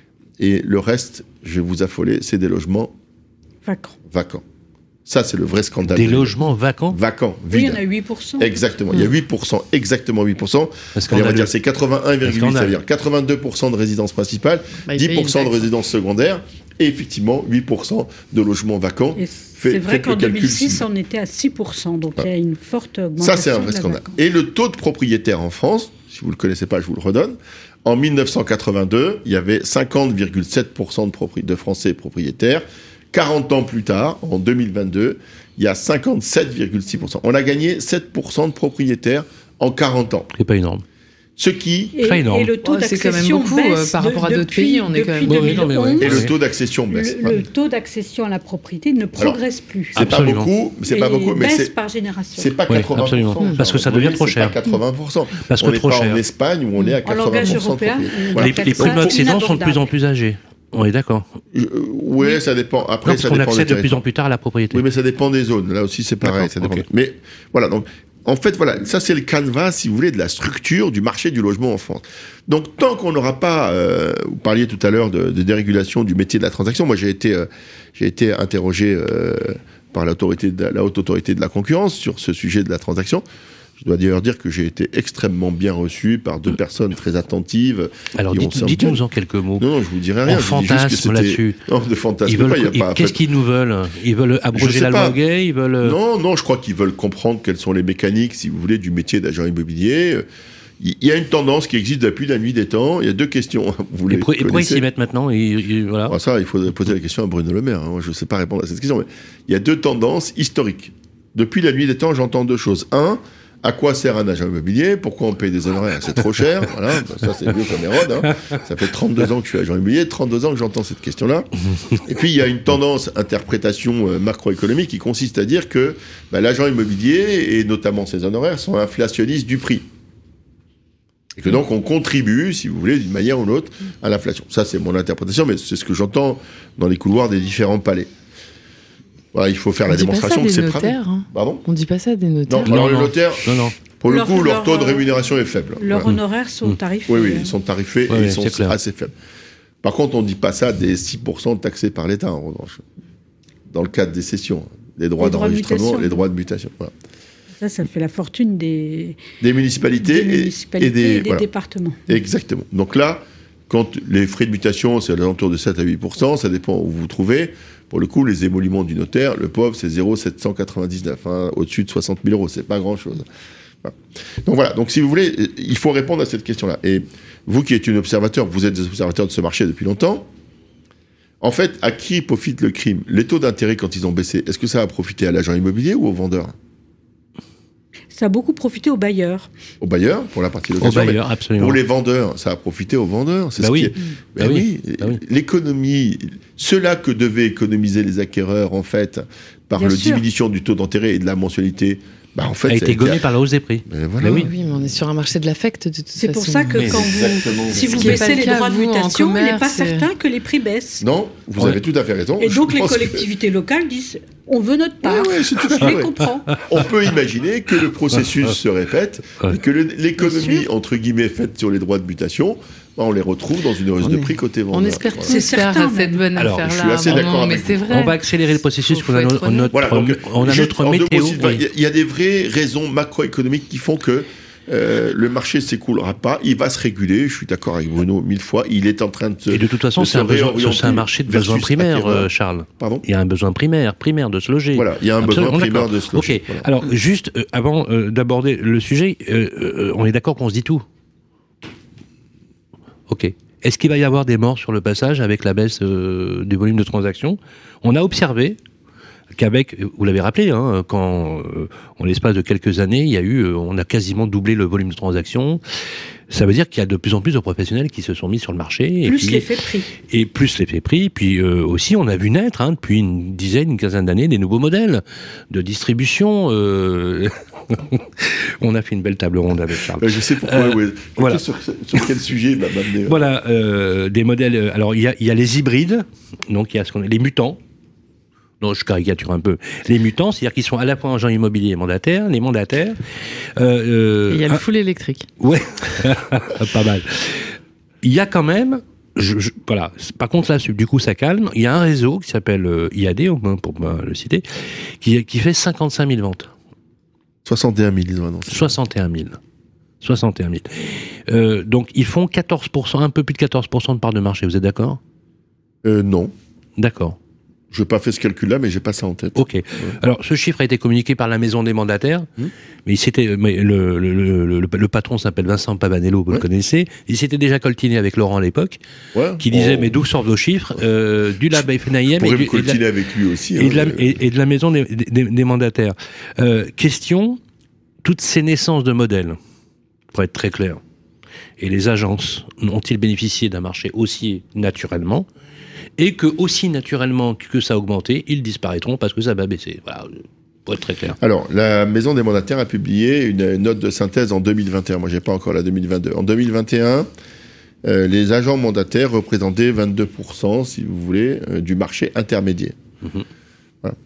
et le reste, je vais vous affoler, c'est des logements Vacants. vacants. Ça, c'est le vrai scandale. Des de- logements vacants. Vacants, Oui, il y vides. en a huit pour cent. Exactement, il y a huit pour cent, exactement huit pour cent. Parce Et on va a dire le- c'est quatre-vingt-un virgule huit, ça scandale. veut dire quatre-vingt-deux pour cent de résidences principales, Bah, il dix paye pour cent une de taxe. résidences secondaires, et effectivement huit pour cent de logements vacants. Et Fait- c'est vrai faites le qu'en calcul, deux mille six, Sylvain. on était à six pour cent. Donc il y a une forte augmentation. Ça, c'est un de vrai la scandale. vacance. Et le taux de propriétaire en France, si vous ne le connaissez pas, je vous le redonne. En mille neuf cent quatre-vingt-deux, il y avait cinquante virgule sept pour cent de, propri- de Français propriétaires. quarante ans plus tard, en deux mille vingt-deux, il y a cinquante-sept virgule six pour cent. On a gagné sept pour cent de propriétaires en quarante ans. C'est pas énorme. Ce qui... Et, Très énorme. et le taux Oh, c'est quand même d'accession beaucoup, euh, baisse par de- rapport à d'autres depuis- pays, on est quand depuis même- Oui, non, mais ouais. deux mille onze. Et le Oui. taux d'accession baisse. Le, le taux d'accession à la propriété ne progresse plus. C'est pas Absolument. beaucoup, c'est pas Et beaucoup, mais baisse c'est... par génération. C'est pas Oui, quatre-vingts pour cent. absolument. Parce que ça Vous devient voyez, trop c'est cher. pas quatre-vingts pour cent. Parce que on n'est trop pas cher. en Espagne où on est à En quatre-vingts langage pour cent de européen, propriété. on Voilà. Les, appelle les ça primo-accédants sont de inabordable. plus en plus âgés. On est d'accord. Je- euh, ouais, ça dépend. Après, Non, parce ça qu'on dépend des accède de plus territoires. en plus tard à la propriété. Oui, mais ça dépend des zones. Là aussi, c'est pareil. Ça D'accord, dépend. ok. Mais voilà, donc, en fait, voilà, ça, c'est le canevas, si vous voulez, de la structure du marché du logement en France. Donc, tant qu'on n'aura pas, euh, vous parliez tout à l'heure de, de dérégulation du métier de la transaction. Moi, j'ai été, euh, j'ai été interrogé euh, par l'autorité de, la haute autorité de la concurrence sur ce sujet de la transaction. Je dois d'ailleurs dire que j'ai été extrêmement bien reçu par deux personnes très attentives. Alors, qui ont dites- somme dites-nous toute- en quelques mots. Non, non, je vous dirai rien. On je vous dis juste que fantasme c'était- là-dessus. Non, de fantasme Ils veulent- pas. Il y a ils- pas. en Qu'est-ce fait- qu'ils nous veulent Ils veulent Je abroger sais la pas. loi gay. Ils veulent. euh, Non, non, je crois qu'ils veulent comprendre quelles sont les mécaniques, si vous voulez, du métier d'agent immobilier. Il y a une tendance qui existe depuis la nuit des temps. Il y a deux questions. Vous Et les pourquoi et pourquoi ils connaissez. s'y mettent maintenant Et- et Voilà. Ah, ça, il faut poser la question à Bruno Le Maire. hein. Moi, je ne sais pas répondre à cette question. Mais il y a deux tendances historiques. Depuis la nuit des temps, j'entends deux choses. Un, à quoi sert un agent immobilier? Pourquoi on paye des honoraires? C'est trop cher. Voilà, ben, ça c'est vieux comme Hérode. Hein. Ça fait trente-deux ans que je suis agent immobilier, trente-deux ans que j'entends cette question-là. Et puis il y a une tendance interprétation euh, macroéconomique qui consiste à dire que ben, l'agent immobilier, et notamment ses honoraires, sont inflationnistes du prix. Et que donc on contribue, si vous voulez, d'une manière ou d'une autre, à l'inflation. Ça c'est mon interprétation, mais c'est ce que j'entends dans les couloirs des différents palais. Voilà, il faut faire On la dit pas démonstration ça que des c'est pratique. notaires, hein. Pardon? On dit pas ça des notaires. Non, alors les non. notaires, Non, non. pour le Leur- coup, leur leur, taux de euh, rémunération est faible. Leurs Ouais. honoraires sont Mmh. tarifés. Oui, oui, ils sont tarifés Ouais, et ouais, ils sont c'est clair. assez faibles. Par contre, on ne dit pas ça des six pour cent taxés par l'État, en revanche. Dans le cadre des cessions, les droits Les droits de d'enregistrement, mutation. les droits de mutation. Voilà. Ça, ça fait la fortune des, Des municipalités, des et- municipalités et, des, et des voilà. départements. Exactement. Donc là, quand les frais de mutation, c'est à l'alentour de sept à huit pour cent, ça dépend où vous vous trouvez. Pour le coup, les émoluments du notaire, le pauvre, c'est zéro virgule sept cent quatre-vingt-dix-neuf, hein, au-dessus de soixante mille euros. C'est pas grand-chose. Voilà. Donc voilà, donc si vous voulez, il faut répondre à cette question-là. Et vous qui êtes un observateur, vous êtes des observateurs de ce marché depuis longtemps, en fait, à qui profite le crime? Les taux d'intérêt, quand ils ont baissé, est-ce que ça a profité à l'agent immobilier ou au vendeur? Ça a beaucoup profité aux bailleurs. Aux bailleurs, pour la partie location. Aux bailleurs, absolument. Pour les vendeurs, ça a profité aux vendeurs. C'est bah ce oui. qui est... bah bah oui. oui. Bah oui. L'économie, ceux-là que devaient économiser les acquéreurs, en fait, par la diminution du taux d'intérêt et de la mensualité, bah en fait, a ça été gommé a... par la hausse des prix. Ben voilà. oui. oui, mais on est sur un marché de l'affect de toute C'est façon. pour ça que mais quand vous, si vous baissez les droits de mutation, il n'est pas certain que les prix baissent. Non, vous ouais. avez tout à fait raison. Et donc Je les collectivités que... locales disent on veut notre part. Ouais, ouais, c'est tout à fait Je les vrai. comprends. On peut imaginer que le processus se répète et que le, l'économie entre guillemets faite sur les droits de mutation, on les retrouve dans une hausse on de est, prix côté vendeur. On espère voilà. tous faire cette bonne Alors, affaire-là. je suis assez d'accord non, mais avec c'est vous. vrai. On va accélérer le processus. Faut, on a, faut notre, notre, voilà, donc, on a notre météo. Il oui. y, y a des vraies raisons macroéconomiques qui font que euh, le marché ne s'écoulera pas. Il va se réguler. Je suis d'accord avec Bruno mille fois. Il est en train de se. Et de toute façon, de c'est, un besoin, c'est un marché de besoins primaires, euh, Charles. Pardon. Il y a un besoin primaire, primaire de se loger. Voilà, il y a un Absolument. besoin primaire de se loger. Ok. Voilà. Alors, juste euh, avant euh, d'aborder le sujet, euh, euh, on est d'accord qu'on se dit tout. Ok. Est-ce qu'il va y avoir des morts sur le passage avec la baisse euh, du volume de transactions? On a observé qu'avec, vous l'avez rappelé, hein, quand euh, en l'espace de quelques années, il y a eu, euh, on a quasiment doublé le volume de transactions. Ça veut dire qu'il y a de plus en plus de professionnels qui se sont mis sur le marché. Plus et puis, l'effet prix. Et plus l'effet prix. Puis euh, aussi, on a vu naître, hein, depuis une dizaine, une quinzaine d'années, des nouveaux modèles de distribution. Euh... on a fait une belle table ronde avec Charles. Je sais pourquoi. Euh, ouais. Voilà. Sur, sur quel sujet m'a amené, Voilà, euh, des modèles. Alors, il y a, y a les hybrides, donc il y a ce qu'on a, les mutants. Non, je caricature un peu. Les mutants, c'est-à-dire qu'ils sont à la fois agents immobiliers et mandataires. Les mandataires. Euh, il y a le full électrique. Ouais, pas mal. Il y a quand même. Je, je, voilà. Par contre, là, du coup, ça calme. Il y a un réseau qui s'appelle euh, I A D, au moins pour bah, le citer, qui, qui fait cinquante-cinq mille ventes. soixante et un mille, non, soixante et un mille. soixante et un mille. Euh, donc, ils font quatorze pour cent, un peu plus de quatorze pour cent de part de marché. Vous êtes d'accord ? euh, Non. D'accord. Je n'ai pas fait ce calcul-là, mais j'ai pas ça en tête. Ok. Ouais. Alors, ce chiffre a été communiqué par la maison des mandataires, mmh. mais il s'était, mais le, le, le, le, le patron s'appelle Vincent Pavanello, vous ouais. le connaissez. Il s'était déjà coltiné avec Laurent à l'époque, ouais. qui disait, oh. mais d'où sortent vos chiffres euh, du Lab F N I M et, du, et, de la, avec lui aussi, et, hein, de la, et, et de la maison des, des, des mandataires. Euh, question, toutes ces naissances de modèles, pour être très clair, et les agences ont-ils bénéficié d'un marché haussier naturellement ? Et que, aussi naturellement que ça a augmenté, ils disparaîtront parce que ça va baisser. Voilà, pour être très clair. Alors, la Maison des mandataires a publié une note de synthèse en deux mille vingt et un. Moi, j'ai pas encore la deux mille vingt-deux. En deux mille vingt et un, euh, les agents mandataires représentaient vingt-deux pour cent, si vous voulez, euh, du marché intermédiaire. Mmh. Voilà.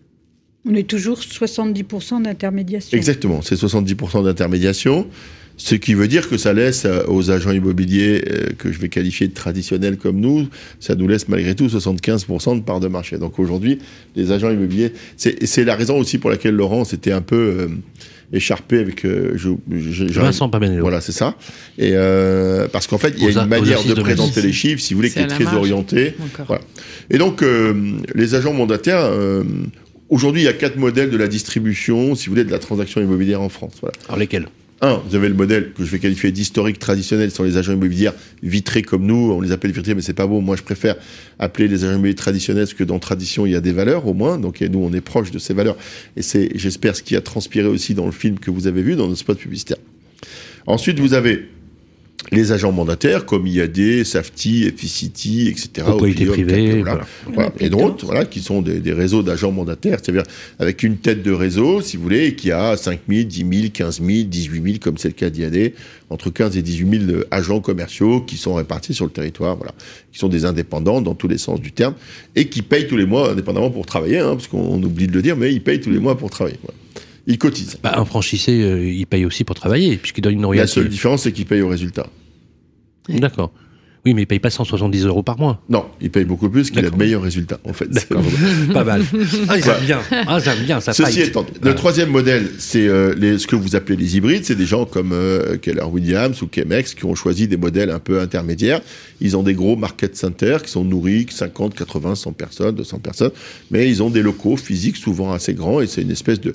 On est toujours soixante-dix pour cent d'intermédiation. Exactement, c'est soixante-dix pour cent d'intermédiation. Ce qui veut dire que ça laisse aux agents immobiliers, euh, que je vais qualifier de traditionnels comme nous, ça nous laisse malgré tout soixante-quinze pour cent de part de marché. Donc aujourd'hui, les agents immobiliers, c'est, c'est la raison aussi pour laquelle Laurent s'était un peu euh, écharpé avec... Euh, je, je, je, Vincent Pavanello. Voilà, c'est ça. Et euh, parce qu'en fait, il y a aux une a, manière de présenter les chiffres, si vous voulez, c'est qui est très marge. orientée. Voilà. Et donc, euh, les agents mandataires... Euh, aujourd'hui, il y a quatre modèles de la distribution, si vous voulez, de la transaction immobilière en France. Voilà. Alors lesquels ? Un, vous avez le modèle que je vais qualifier d'historique traditionnel sur les agents immobiliers vitrés comme nous. On les appelle vitrés, mais c'est pas beau. Moi, je préfère appeler les agents immobiliers traditionnels parce que dans tradition, il y a des valeurs au moins. Donc, nous, on est proche de ces valeurs. Et c'est, j'espère, ce qui a transpiré aussi dans le film que vous avez vu, dans nos spots publicitaires. Ensuite, vous avez les agents mandataires comme I A D, Safety, Efficity, et cetera. Propriété privée, voilà. Voilà. Et d'autres, voilà, qui sont des, des réseaux d'agents mandataires, c'est-à-dire avec une tête de réseau, si vous voulez, et qui a cinq mille, dix mille, quinze mille, dix-huit mille, comme c'est le cas d'I A D, entre quinze et dix-huit mille agents commerciaux qui sont répartis sur le territoire, voilà, qui sont des indépendants dans tous les sens du terme, et qui payent tous les mois indépendamment pour travailler, hein, parce qu'on oublie de le dire, mais ils payent tous les mois pour travailler. Voilà. Ils cotisent. Bah, un franchisé, euh, il paye aussi pour travailler, puisqu'il donne une royauté. La seule différence, c'est qu'il paye au résultat. D'accord. Oui, mais il paye pas cent soixante-dix euros par mois. Non, il paye beaucoup plus, qu'il a de meilleurs résultats, en fait. D'accord. Pas mal. Ah, j'aime bien. Ah, j'aime bien, ça Ceci étant, le ah. troisième modèle, c'est euh, les, ce que vous appelez les hybrides. C'est des gens comme euh, Keller Williams ou Chemex qui ont choisi des modèles un peu intermédiaires. Ils ont des gros market centers qui sont nourris, cinquante, quatre-vingts, cent personnes, deux cents personnes. Mais ils ont des locaux physiques souvent assez grands et c'est une espèce de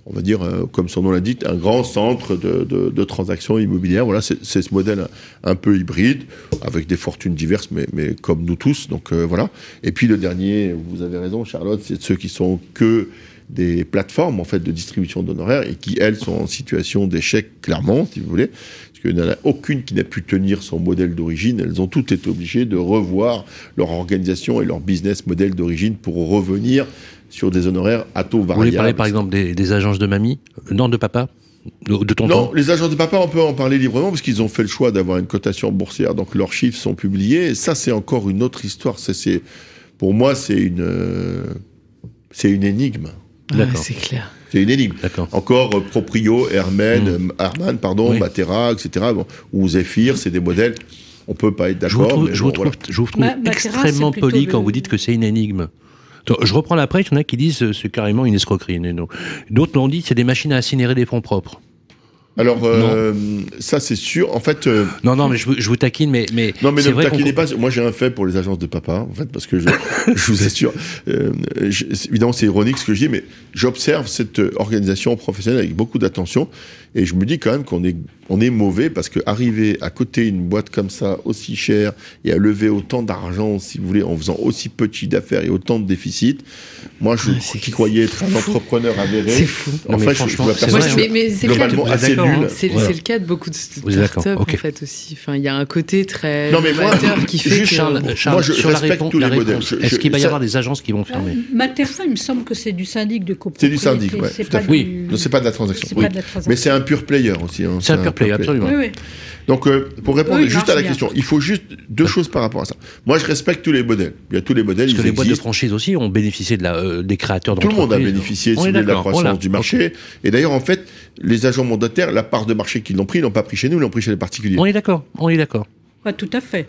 on va dire, euh, comme son nom l'indique, un grand centre de, de, de transactions immobilières. Voilà, c'est, c'est ce modèle un peu hybride, avec des fortunes diverses, mais, mais comme nous tous. Donc euh, voilà. Et puis le dernier, vous avez raison, Charlotte, c'est ceux qui sont que des plateformes en fait de distribution d'honoraires et qui elles sont en situation d'échec clairement, si vous voulez, parce qu'il n'y en a aucune qui n'a pu tenir son modèle d'origine. Elles ont toutes été obligées de revoir leur organisation et leur business model d'origine pour revenir sur des honoraires à taux variables. Vous voulez parler par exemple des, des agences de mamie, non de papa, de, de tonton? Non, les agences de papa, on peut en parler librement parce qu'ils ont fait le choix d'avoir une cotation boursière, donc leurs chiffres sont publiés. Et ça, c'est encore une autre histoire. Ça, c'est, pour moi, c'est une, euh, c'est une énigme. D'accord. Ouais, c'est clair. C'est une énigme. D'accord. Encore euh, Proprio, Herman, mmh. Arman, pardon, oui. Matera, et cetera. Bon, ou Zephyr, c'est des modèles. On peut pas être d'accord. Je vous trouve, mais je bon, vous trouve, voilà. je vous trouve Ma, extrêmement Matera, poli quand le... vous dites que c'est une énigme. Donc, je reprends la presse, il y en a qui disent que c'est carrément une escroquerie. D'autres l'ont dit, c'est des machines à incinérer des fonds propres. Alors, euh, ça, c'est sûr. En fait. Euh... Non, non, mais je, je vous taquine, mais. mais non, mais c'est ne vrai me taquinez pas. Moi, j'ai un fait pour les agences de papa, en fait, parce que je, je vous assure. Euh, je, évidemment, c'est ironique ce que je dis, mais j'observe cette organisation professionnelle avec beaucoup d'attention. Et je me dis quand même qu'on est, on est mauvais parce qu'arriver à côté une boîte comme ça, aussi chère, et à lever autant d'argent, si vous voulez, en faisant aussi peu de chiffre d'affaires et autant de déficit, moi, je ouais, qui croyais être un fou. entrepreneur avéré, c'est fou. En fait, je, je vois personne mais, mais c'est globalement assez nul. Hein. C'est, voilà. c'est le cas de beaucoup de startups, okay. en fait, aussi. Enfin, il y a un côté très non, mais moi, qui fait que... Charles, Charles, moi, je sur respecte la réponse, tous les modèles. Je, Est-ce je, qu'il va y ça... avoir des agences qui vont fermer euh, Matera, il me semble que c'est du syndic de copropriété. C'est du syndic, ouais. C'est pas oui. C'est pas de la transaction. Mais c'est un pur player aussi. Hein, c'est un pure play, absolument. Oui, oui. Donc, euh, pour répondre oui, juste à la question, il faut juste deux choses par rapport à ça. Moi, je respecte tous les modèles. Il y a tous les modèles. Parce que les boîtes de franchise aussi ont bénéficié de la, euh, des créateurs d'entreprises. Tout le monde a bénéficié de la croissance voilà. du marché. Et d'ailleurs, en fait, les agents mandataires, la part de marché qu'ils l'ont pris, ils l'ont pas pris chez nous, ils l'ont pris chez les particuliers. On est d'accord. On est d'accord. Pas tout à fait.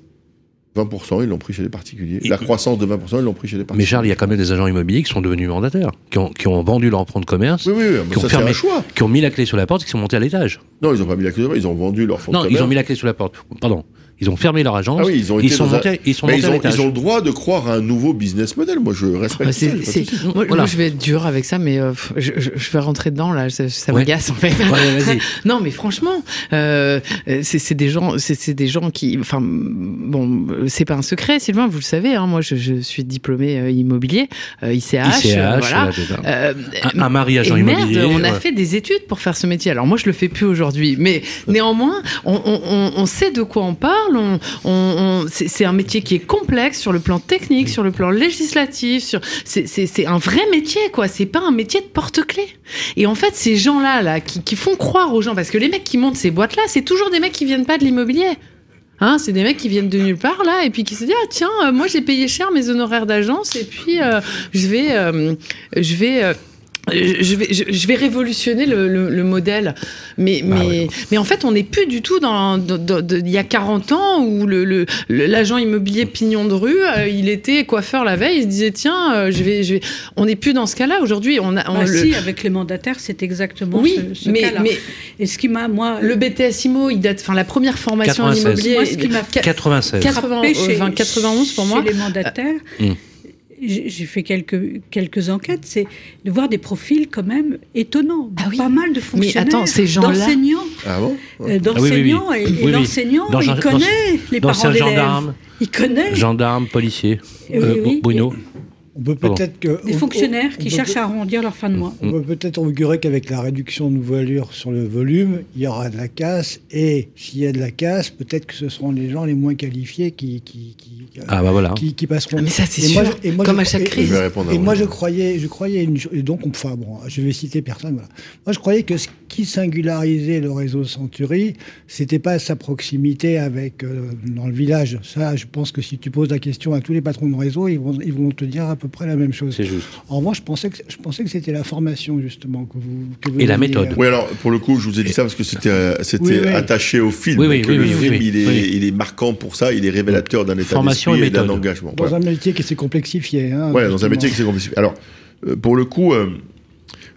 vingt pour cent, ils l'ont pris chez les particuliers. Et la croissance de vingt pour cent, ils l'ont pris chez les particuliers. Mais Charles, il y a quand même des agents immobiliers qui sont devenus mandataires, qui ont, qui ont vendu leur emprunt de commerce, oui, oui, oui, qui, ont ça, fermé, un choix. qui ont mis la clé sur la porte et qui sont montés à l'étage. Non, ils n'ont pas mis la clé sur la porte, ils ont vendu leur fonds de commerce. Non, ils ont mis la clé sur la porte. Pardon. Ils ont fermé leur agence. Ah oui, ils ont été ils sont montés, un... ils sont montés ils, ont, ils ont le droit de croire à un nouveau business model. Moi, je respecte ah, c'est, ça. C'est... Moi, voilà. moi, je vais être dur avec ça, mais euh, je, je, je vais rentrer dedans là. Ça, ça ouais. m'agace en fait. Ouais, vas-y. Non, mais franchement, euh, c'est, c'est des gens, c'est, c'est des gens qui, enfin, bon, c'est pas un secret, Sylvain, vous le savez. Hein, moi, je, je suis diplômé euh, immobilier, euh, I C H. I C H, voilà. Euh, un, un mari agent et merde, immobilier. On a ouais. fait des études pour faire ce métier. Alors moi, je le fais plus aujourd'hui, mais néanmoins, on, on, on sait de quoi on parle. On, on On, c'est, c'est un métier qui est complexe sur le plan technique, sur le plan législatif. Sur, c'est, c'est, c'est un vrai métier, quoi. C'est pas un métier de porte-clés. Et en fait, ces gens-là, là, qui, qui font croire aux gens, parce que les mecs qui montent ces boîtes-là, c'est toujours des mecs qui viennent pas de l'immobilier. Hein, c'est des mecs qui viennent de nulle part, là, et puis qui se disent, ah tiens, euh, moi j'ai payé cher mes honoraires d'agence, et puis euh, je vais, euh, je vais. Euh, Je vais, je, je vais révolutionner le, le, le modèle, mais, bah mais, ouais. mais en fait, on n'est plus du tout dans, dans, dans, dans il y a quarante ans où le, le, le, l'agent immobilier pignon de rue, euh, il était coiffeur la veille, il se disait tiens, euh, je vais, je vais. On n'est plus dans ce cas-là aujourd'hui. On a, on bah le... si, avec les mandataires, c'est exactement oui, ce, ce mais, cas-là. Mais et ce qui m'a, moi, le B T S Immo, il date, enfin la première formation en immobilier, moi, ce qui m'a quatre-vingt-seize, quatre-vingt-seize, enfin, quatre-vingt-onze pour moi. Chez les mandataires. Euh, mmh. J'ai fait quelques, quelques enquêtes, c'est de voir des profils quand même étonnants. Ah oui. Pas mal de fonctionnaires, mais attends, ces gens-là... d'enseignants. Ah bon ouais. euh, d'enseignants, ah oui, oui, oui. et, et oui, l'enseignant, oui. il connaît dans, les parents d'élèves. Gendarme, il connaît. Gendarme, policier, oui, euh, oui, Bruno. On peut peut-être que, des on, fonctionnaires on, qui on cherchent peut, à arrondir leur fin de mois. On peut peut-être augurer qu'avec la réduction de voilure sur le volume, il y aura de la casse, et s'il y a de la casse, peut-être que ce seront les gens les moins qualifiés qui, qui, qui, ah bah voilà. qui, qui passeront. Ah mais ça c'est et sûr, moi, et moi, comme je, à chaque et, crise. Et, et moi je croyais, je croyais, une, et donc, enfin bon, je vais citer personne, voilà. Moi je croyais que ce qui singularisait le réseau Century, c'était pas sa proximité avec, euh, dans le village. Ça, je pense que si tu poses la question à tous les patrons de réseau, ils vont, ils vont te dire à peu près la même chose. C'est juste. En revanche, je pensais que, je pensais que c'était la formation, justement, que vous, que vous et la méthode. Euh... Oui, alors, pour le coup, je vous ai dit ça parce que c'était, euh, c'était oui, oui. attaché au film. Oui, oui, que oui, le oui, film, oui, il, est, oui. il est marquant pour ça, il est révélateur d'un état formation d'esprit et, et d'un engagement. Dans voilà. un métier qui s'est complexifié. Hein, ouais, dans un métier qui s'est complexifié. Alors, euh, pour le coup, euh,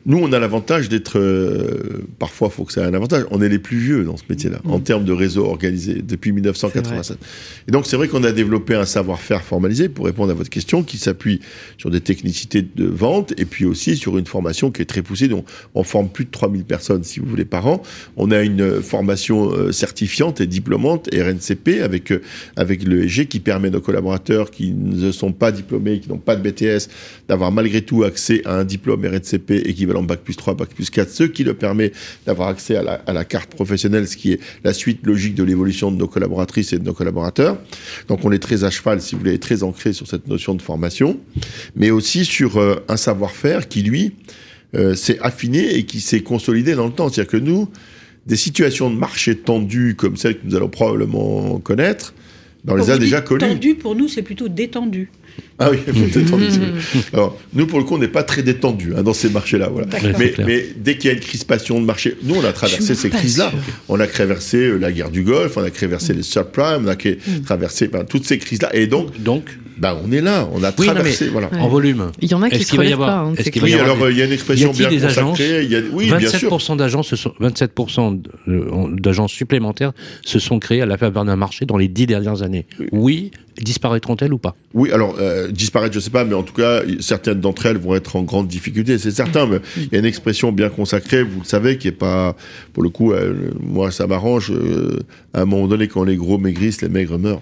Nous, on a l'avantage d'être... Euh, parfois, il faut que ça ait un avantage. On est les plus vieux dans ce métier-là, mmh. en termes de réseau organisé, depuis dix-neuf cent quatre-vingt-sept. Et donc, c'est vrai qu'on a développé un savoir-faire formalisé, pour répondre à votre question, qui s'appuie sur des technicités de vente, et puis aussi sur une formation qui est très poussée. Donc, on forme plus de trois mille personnes, si vous voulez, par an. On a une formation euh, certifiante et diplômante, R N C P, avec, euh, avec le E G, qui permet à nos collaborateurs qui ne sont pas diplômés, qui n'ont pas de B T S, d'avoir malgré tout accès à un diplôme R N C P équivalent bac plus trois, bac plus quatre, ce qui leur permet d'avoir accès à la, à la carte professionnelle, ce qui est la suite logique de l'évolution de nos collaboratrices et de nos collaborateurs. Donc on est très à cheval, si vous voulez, très ancré sur cette notion de formation, mais aussi sur euh, un savoir-faire qui, lui, euh, s'est affiné et qui s'est consolidé dans le temps. C'est-à-dire que nous, des situations de marché tendues comme celles que nous allons probablement connaître, ben, on les a déjà connues. Tendu, pour nous, c'est plutôt détendu. Ah oui, détendu. Alors, nous, pour le coup, on n'est pas très détendu hein, dans ces marchés-là. Voilà. Mais, mais dès qu'il y a une crispation de marché, nous, on a traversé ces crises-là. Sûr. On a traversé euh, la guerre du Golfe, on a traversé mm. les subprimes, on a mm. traversé ben, toutes ces crises-là. Et donc, donc ben, on est là, on a oui, traversé. Non, voilà. Ouais. En volume. Il y en a qui ne se relèvent pas. Hein, est-ce qu'il va y avoir... Oui, alors, il y a une expression bien consacrée. Il y a... Oui, vingt-sept pour cent d'agences, se sont... vingt-sept pour cent d'agences supplémentaires se sont créées à la faveur d'un marché dans les dix dernières années. Oui, oui. Disparaîtront-elles ou pas ? Oui, alors, euh, disparaître, je ne sais pas, mais en tout cas, certaines d'entre elles vont être en grande difficulté, c'est certain, mais il y a une expression bien consacrée, vous le savez, qui n'est pas, pour le coup, euh, moi, ça m'arrange, euh, à un moment donné, quand les gros maigrissent, les maigres meurent.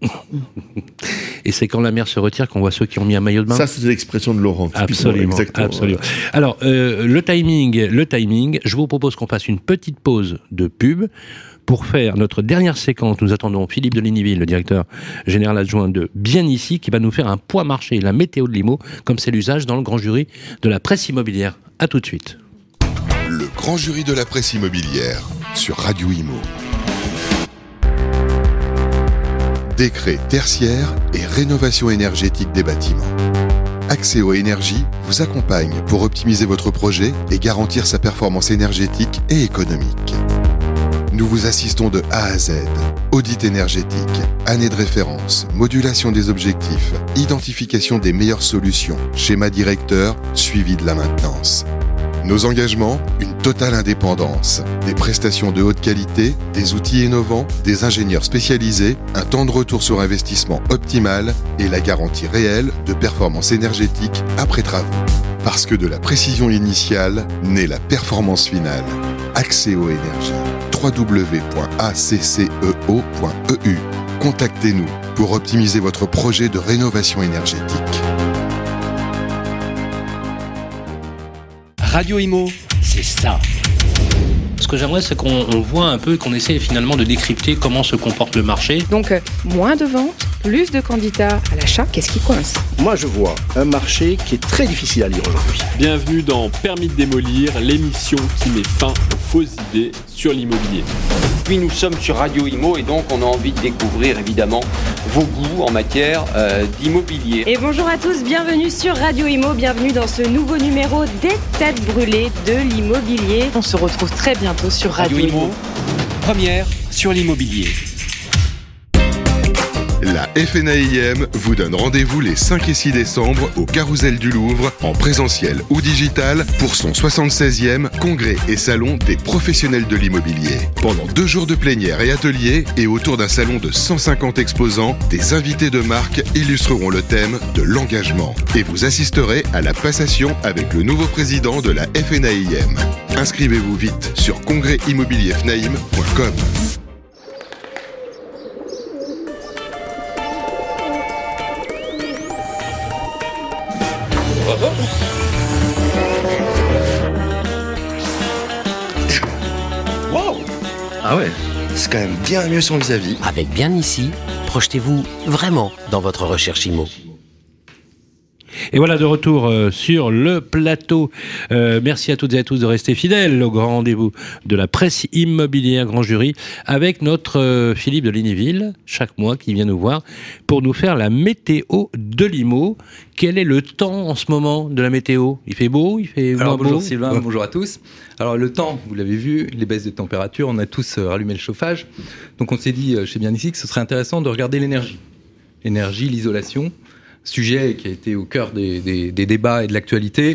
Et c'est quand la mer se retire qu'on voit ceux qui ont mis un maillot de bain. Ça, c'est l'expression de Laurent. Absolument, exactement. absolument. Alors, euh, le timing, le timing, je vous propose qu'on fasse une petite pause de pub. Pour faire notre dernière séquence, nous attendons Philippe de Ligniville, le directeur général adjoint de Bien Ici, qui va nous faire un point marché, la météo de l'I M O, comme c'est l'usage dans le grand jury de la presse immobilière. À tout de suite. Le grand jury de la presse immobilière sur Radio I M O. Décret tertiaire et rénovation énergétique des bâtiments. Axéo Énergie vous accompagne pour optimiser votre projet et garantir sa performance énergétique et économique. Nous vous assistons de A à Z. Audit énergétique, année de référence, modulation des objectifs, identification des meilleures solutions, schéma directeur, suivi de la maintenance. Nos engagements, une totale indépendance, des prestations de haute qualité, des outils innovants, des ingénieurs spécialisés, un temps de retour sur investissement optimal et la garantie réelle de performance énergétique après travaux. Parce que de la précision initiale naît la performance finale. Axéo Énergie. w w w point a c c e o point e u. Contactez-nous pour optimiser votre projet de rénovation énergétique. Radio Imo, c'est ça. Ce que j'aimerais, c'est qu'on on voit un peu, qu'on essaie finalement de décrypter comment se comporte le marché. Donc, euh, moins de ventes, plus de candidats à l'achat, qu'est-ce qui coince ? Moi, je vois un marché qui est très difficile à lire aujourd'hui. Bienvenue dans Permis de démolir, l'émission qui met fin aux fausses idées sur l'immobilier. Puis nous sommes sur Radio Imo et donc on a envie de découvrir évidemment vos goûts en matière euh, d'immobilier. Et bonjour à tous, bienvenue sur Radio Imo, bienvenue dans ce nouveau numéro des têtes brûlées de l'immobilier. On se retrouve très bientôt sur Radio, Radio Imo, première sur l'immobilier. La F N A I M vous donne rendez-vous les cinq et six décembre au Carrousel du Louvre, en présentiel ou digital, pour son soixante-seizième congrès et salon des professionnels de l'immobilier. Pendant deux jours de plénière et ateliers, et autour d'un salon de cent cinquante exposants, des invités de marque illustreront le thème de l'engagement. Et vous assisterez à la passation avec le nouveau président de la F N A I M. Inscrivez-vous vite sur congrès immobilier f n a i m point com. Wow. Ah ouais, c'est quand même bien mieux son vis-à-vis. Avec Bien Ici, projetez-vous vraiment dans votre recherche immo. Et voilà, de retour euh, sur le plateau. Euh, merci à toutes et à tous de rester fidèles au grand rendez-vous de la presse immobilière Grand Jury avec notre euh, Philippe de Ligniville, chaque mois, qui vient nous voir pour nous faire la météo de l'I M O. Quel est le temps en ce moment de la météo ? Il fait beau ? Il fait Alors, moins bonjour beau Sylvain, ouais. Bonjour à tous. Alors le temps, vous l'avez vu, les baisses de température, on a tous euh, rallumé le chauffage. Donc on s'est dit euh, chez Bien Ici que ce serait intéressant de regarder l'énergie. L'énergie, l'isolation. Sujet qui a été au cœur des, des, des débats et de l'actualité.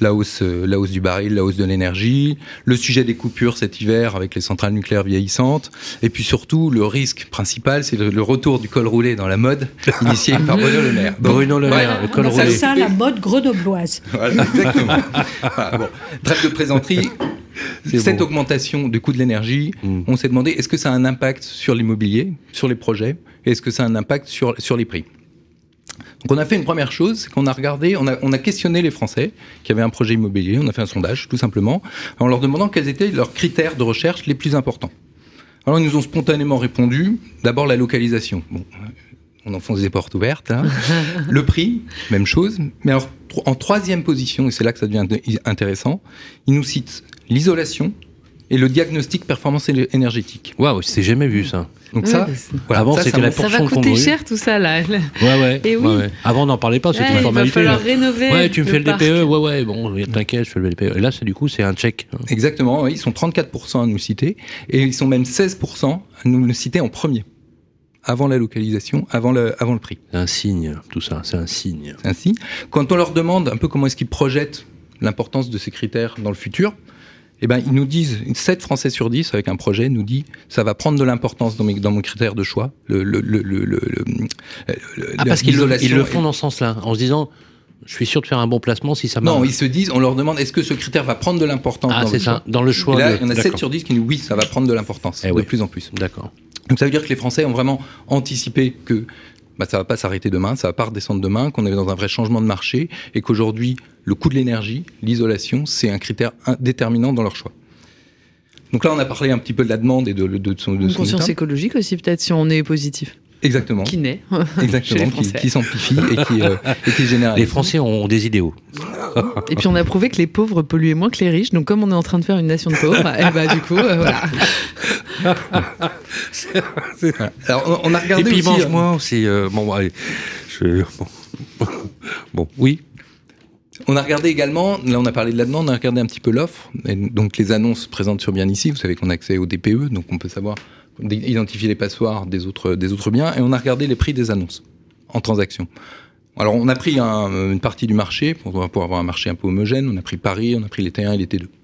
la hausse, la hausse du baril, la hausse de l'énergie, le sujet des coupures cet hiver avec les centrales nucléaires vieillissantes, et puis surtout le risque principal, c'est le, le retour du col roulé dans la mode, initié par Bruno Le Maire. Donc, Bruno Le Maire, le col roulé. C'est ça la mode grenobloise. Voilà, exactement. Voilà, bon. Trêve de plaisanterie. C'est Cette beau. augmentation du coût de l'énergie, mmh. on s'est demandé est-ce que ça a un impact sur l'immobilier, sur les projets, et est-ce que ça a un impact sur, sur les prix. Donc on a fait une première chose, c'est qu'on a regardé, on a, on a questionné les Français qui avaient un projet immobilier, on a fait un sondage tout simplement, en leur demandant quels étaient leurs critères de recherche les plus importants. Alors ils nous ont spontanément répondu, d'abord la localisation. Bon, on enfonce des portes ouvertes. Hein. Le prix, même chose. Mais alors, en troisième position, et c'est là que ça devient intéressant, ils nous citent l'isolation et le diagnostic performance énergétique. Waouh, c'est jamais vu ça. Donc ouais, ça, voilà, avant ça, c'était ça, la ça portion va coûter congrue. cher tout ça là. Ouais ouais. Et oui. ouais, ouais. Avant on n'en parlait pas, c'était ouais, une formalité. Il va falloir là. rénover. Ouais, tu me fais le, le D P E, ouais ouais, bon, t'inquiète, je fais le D P E. Et là c'est du coup c'est un check. Exactement, oui, ils sont trente-quatre pour cent à nous citer et ils sont même seize pour cent à nous le citer en premier. Avant la localisation, avant le, avant le prix. C'est un signe, tout ça, c'est un signe. C'est un signe. Quand on leur demande un peu comment est-ce qu'ils projettent l'importance de ces critères dans le futur, eh ben, ils nous disent, sept Français sur dix avec un projet nous dit ça va prendre de l'importance dans, mes, dans mon critère de choix. Le, le, le, le, le, le, ah, parce qu'ils le, ils le font dans ce sens-là, en se disant je suis sûr de faire un bon placement si ça marche. Non, ils se disent, on leur demande est-ce que ce critère va prendre de l'importance ah, dans c'est le ça, choix. Dans le choix. Et là, de... il y en a D'accord. sept sur dix qui nous disent oui, ça va prendre de l'importance, eh de oui. plus en plus. D'accord. Donc ça veut dire que les Français ont vraiment anticipé que bah, ça ne va pas s'arrêter demain, ça ne va pas redescendre demain, qu'on est dans un vrai changement de marché et qu'aujourd'hui, le coût de l'énergie, l'isolation, c'est un critère déterminant dans leur choix. Donc là, on a parlé un petit peu de la demande et de, de, de son de Une son conscience état. écologique aussi, peut-être, si on est positif. Exactement. Qui naît. Exactement, qui, qui s'amplifie et qui, euh, et qui génère. Les Français ont des idéaux. Et puis on a prouvé que les pauvres polluaient moins que les riches, donc comme on est en train de faire une nation de pauvres, et bah du coup, euh, voilà. c'est, c'est... Alors on, on a regardé et puis aussi. mange Euh... moins aussi. Euh, bon, allez, je... bon. bon, oui. On a regardé également, là on a parlé de la demande, on a regardé un petit peu l'offre, et donc les annonces présentes sur Bien Ici, vous savez qu'on a accès au D P E, donc on peut savoir identifier les passoires des autres, des autres biens, et on a regardé les prix des annonces en transaction. Alors on a pris un, une partie du marché, pour, pour avoir un marché un peu homogène, on a pris Paris, on a pris les T un et les T deux.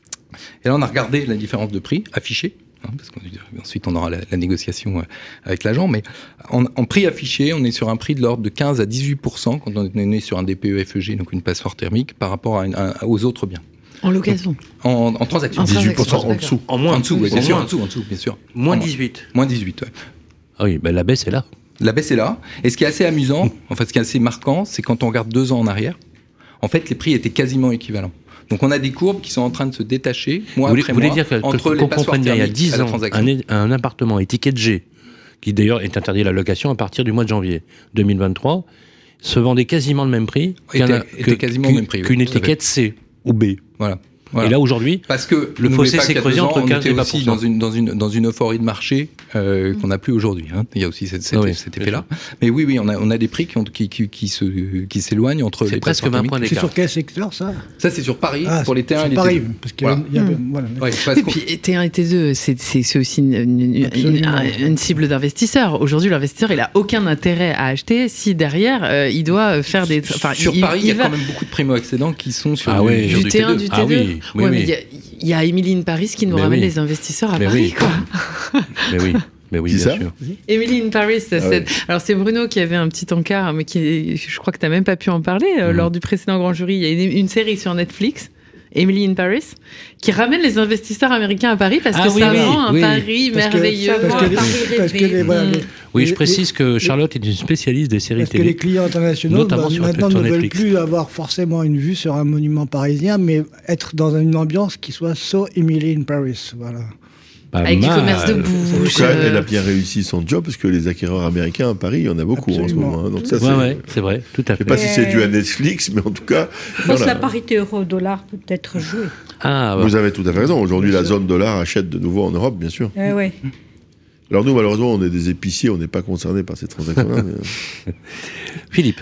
Et là on a regardé la différence de prix affichée, hein, parce qu'ensuite on aura la, la négociation avec l'agent, mais en, en prix affiché, on est sur un prix de l'ordre de quinze à dix-huit pour cent quand on est sur un D P E F E G, donc une passoire thermique, par rapport à une, à, aux autres biens. En location. En, en transaction. En dix-huit pour cent transaction, en dessous. En moins. En dessous, oui, bien en sûr. moins. En dessous, en dessous, bien sûr. Moins en dix-huit. Moins dix-huit, ouais. Ah oui, ben la baisse est là. La baisse est là. Et ce qui est assez amusant, en fait, ce qui est assez marquant, c'est quand on regarde deux ans en arrière, en fait, les prix étaient quasiment équivalents. Donc on a des courbes qui sont en train de se détacher, mois vous après voulez, mois, vous voulez dire que, entre que, les passoires il y a dix ans, un, un appartement étiquette G, qui d'ailleurs est interdit à la location à partir du mois de janvier deux mille vingt-trois, se vendait quasiment le même prix était, qu'un, était que, quasiment qu'une, le même prix, qu'une oui, étiquette C ou B. Voilà. Voilà. Et là aujourd'hui, parce que le fossé s'est creusé entre quinze et vingt pour cent. On était aussi dans une dans une dans une euphorie de marché euh, mmh. qu'on n'a plus aujourd'hui. Hein. Il y a aussi cette, cette, oui, cet effet-là. Mais oui, oui, on a on a des prix qui ont, qui, qui, qui se qui s'éloignent entre c'est les presque vingt points d'écart. C'est sur quel secteur ça? Ça c'est sur Paris ah, pour les T un et les Paris, T deux. Parce qu'il voilà. y a, mmh. voilà. Ouais, et puis T un et T deux, c'est c'est, c'est aussi une, une, une, une, une cible d'investisseurs. Aujourd'hui, l'investisseur, il a aucun intérêt à acheter si derrière euh, il doit faire des. Enfin, sur il, Paris, il y a va... quand même beaucoup de primo-accédants qui sont sur ah du, ouais, sur du T un, du T deux. Ah oui, oui, ouais, oui. mais il y a, il y a Émilie in Paris qui nous mais ramène oui. les investisseurs à mais Paris, oui. quoi. Mais oui. Mais oui, qui bien ça sûr. Emily in Paris. Ah c'est... ouais. Alors, c'est Bruno qui avait un petit encart, mais qui, je crois que tu n'as même pas pu en parler euh, mmh. lors du précédent Grand Jury. Il y a une, une série sur Netflix, Emily in Paris, qui ramène les investisseurs américains à Paris parce ah, que oui, ça oui, vend oui. un Paris parce merveilleux, que, parce un que Paris les, parce que les, voilà, les, oui, les, je précise les, que Charlotte est une spécialiste des séries parce télé. Parce que les clients internationaux notamment bah, sur maintenant sur ne veulent Netflix. plus avoir forcément une vue sur un monument parisien, mais être dans une ambiance qui soit so Emily in Paris. Voilà. Pas avec mal. du commerce de bouche. En tout cas, elle a bien réussi son job parce que les acquéreurs américains à Paris, il y en a beaucoup Absolument. en ce moment. Hein. Donc ça, ouais, c'est... ouais, c'est vrai, tout à fait. Je ne sais pas si c'est dû à Netflix, mais en tout cas. Je pense que la parité euro-dollar peut être jouée. Ah, vous avez tout à fait raison. Aujourd'hui, la zone dollar achète de nouveau en Europe, bien sûr. Euh, ouais. Alors nous, malheureusement, on est des épiciers, on n'est pas concernés par ces transactions-là. mais... Philippe.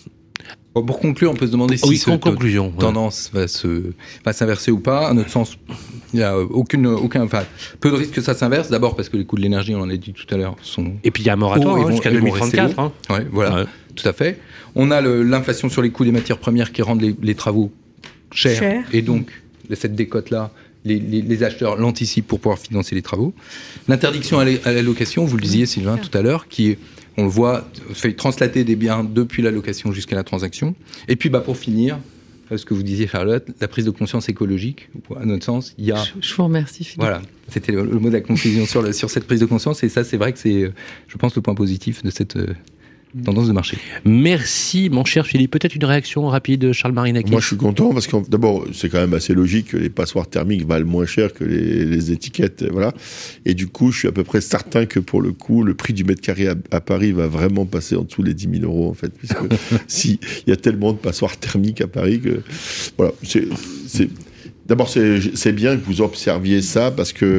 Pour conclure, on peut se demander si oui, cette conclusion, tendance ouais. va, se, va s'inverser ou pas. À notre sens, il n'y a aucune, aucun, enfin, peu de risque que ça s'inverse. D'abord parce que les coûts de l'énergie, on en a dit tout à l'heure, sont. Et puis il y a un moratoire hein, jusqu'à deux mille trente-quatre. Hein. Ouais, voilà, ouais. Tout à fait. On a le, l'inflation sur les coûts des matières premières qui rendent les, les travaux cher, Cher. et donc cette décote-là, les, les, les acheteurs l'anticipent pour pouvoir financer les travaux. L'interdiction à la, à la location, vous le disiez Sylvain tout à l'heure, qui est, on le voit, fait translater des biens depuis la location jusqu'à la transaction. Et puis bah, pour finir, ce que vous disiez Charlotte, la prise de conscience écologique, à notre sens, il y a... Je vous remercie Philippe. Voilà, c'était le, le mot de la conclusion sur, le, sur cette prise de conscience, et ça c'est vrai que c'est, je pense, le point positif de cette... Euh, tendance de marché. Merci, mon cher Philippe. Peut-être une réaction rapide, Charles Marinakis. Moi, je suis content parce que d'abord, c'est quand même assez logique que les passoires thermiques valent moins cher que les, les étiquettes, voilà. Et du coup, je suis à peu près certain que pour le coup, le prix du mètre carré à, à Paris va vraiment passer en dessous des dix mille euros, en fait, puisque si il y a tellement de passoires thermiques à Paris que, voilà, c'est, c'est... d'abord c'est, c'est bien que vous observiez ça parce que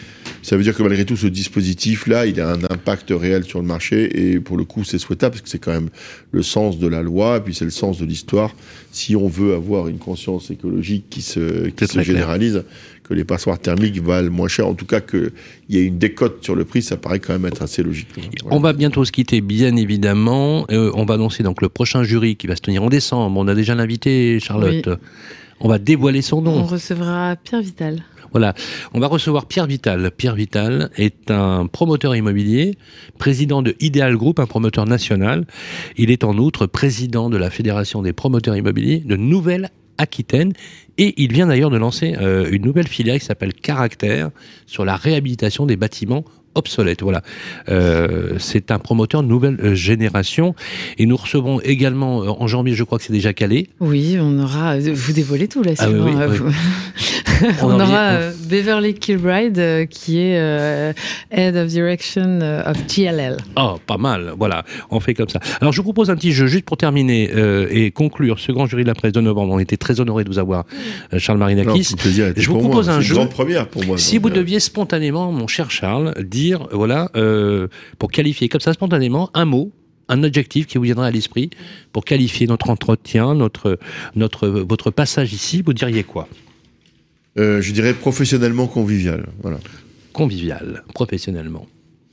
ça veut dire que malgré tout, ce dispositif-là, il a un impact réel sur le marché et pour le coup, c'est souhaitable parce que c'est quand même le sens de la loi et puis c'est le sens de l'histoire. Si on veut avoir une conscience écologique qui se, qui se généralise, clair. Que les passoires thermiques valent moins cher, en tout cas qu'il y ait une décote sur le prix, ça paraît quand même être assez logique. Voilà. On va bientôt se quitter, bien évidemment. Euh, on va annoncer donc le prochain jury qui va se tenir en décembre. On a déjà l'invité, Charlotte. Oui. On va dévoiler son nom. On recevra Pierre Vital. Voilà, on va recevoir Pierre Vital. Pierre Vital est un promoteur immobilier, président de Ideal Group, un promoteur national. Il est en outre président de la Fédération des promoteurs immobiliers de Nouvelle-Aquitaine. Et il vient d'ailleurs de lancer euh, une nouvelle filière qui s'appelle Caractère sur la réhabilitation des bâtiments obsolète. Voilà, euh, c'est un promoteur de nouvelle génération et nous recevrons également en janvier, je crois que c'est déjà calé. Oui, on aura. Vous dévoilez tout là, ah, oui, oui, oui. On, on aura euh, Beverly Kilbride euh, qui est euh, Head of Direction of T L L. Oh, pas mal. Voilà, on fait comme ça. Alors je vous propose un petit jeu juste pour terminer euh, et conclure ce grand jury de la presse de novembre. On était très honorés de vous avoir, euh, Charles Marinakis. Je vous propose moi. un c'est jeu. Une grande première pour moi. Si vous deviez spontanément, mon cher Charles, dire voilà, euh, pour qualifier comme ça spontanément un mot, un adjectif qui vous viendrait à l'esprit pour qualifier notre entretien, notre, notre, votre passage ici, vous diriez quoi ? euh, Je dirais professionnellement convivial. Voilà. Convivial, professionnellement.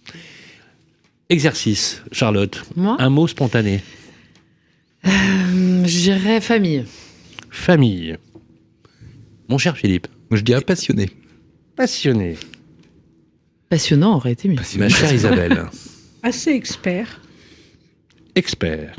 Exercice, Charlotte. Moi ? Un mot spontané. Euh, je dirais famille. Famille. Mon cher Philippe. Je dirais passionné. Passionné. Passionnant aurait été mieux. Ma chère Isabelle. Assez expert. Expert.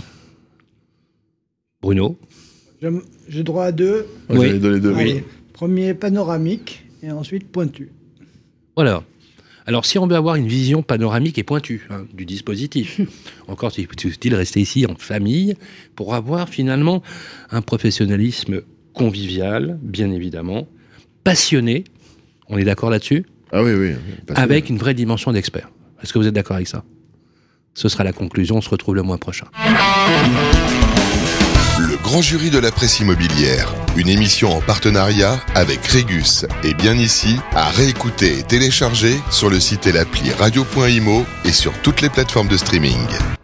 Bruno. J'ai droit à deux. Oui. J'allais donner deux. Allez. Oui. Premier panoramique et ensuite pointu. Voilà. Alors, si on veut avoir une vision panoramique et pointue hein, du dispositif, encore faut-il rester ici en famille pour avoir finalement un professionnalisme convivial, bien évidemment, passionné. On est d'accord là-dessus ? Ah oui, oui. Avec une vraie dimension d'expert. Est-ce que vous êtes d'accord avec ça ? Ce sera la conclusion, on se retrouve le mois prochain. Le grand jury de la presse immobilière, une émission en partenariat avec Régus et Bien Ici, à réécouter et télécharger sur le site et l'appli radio point imo et sur toutes les plateformes de streaming.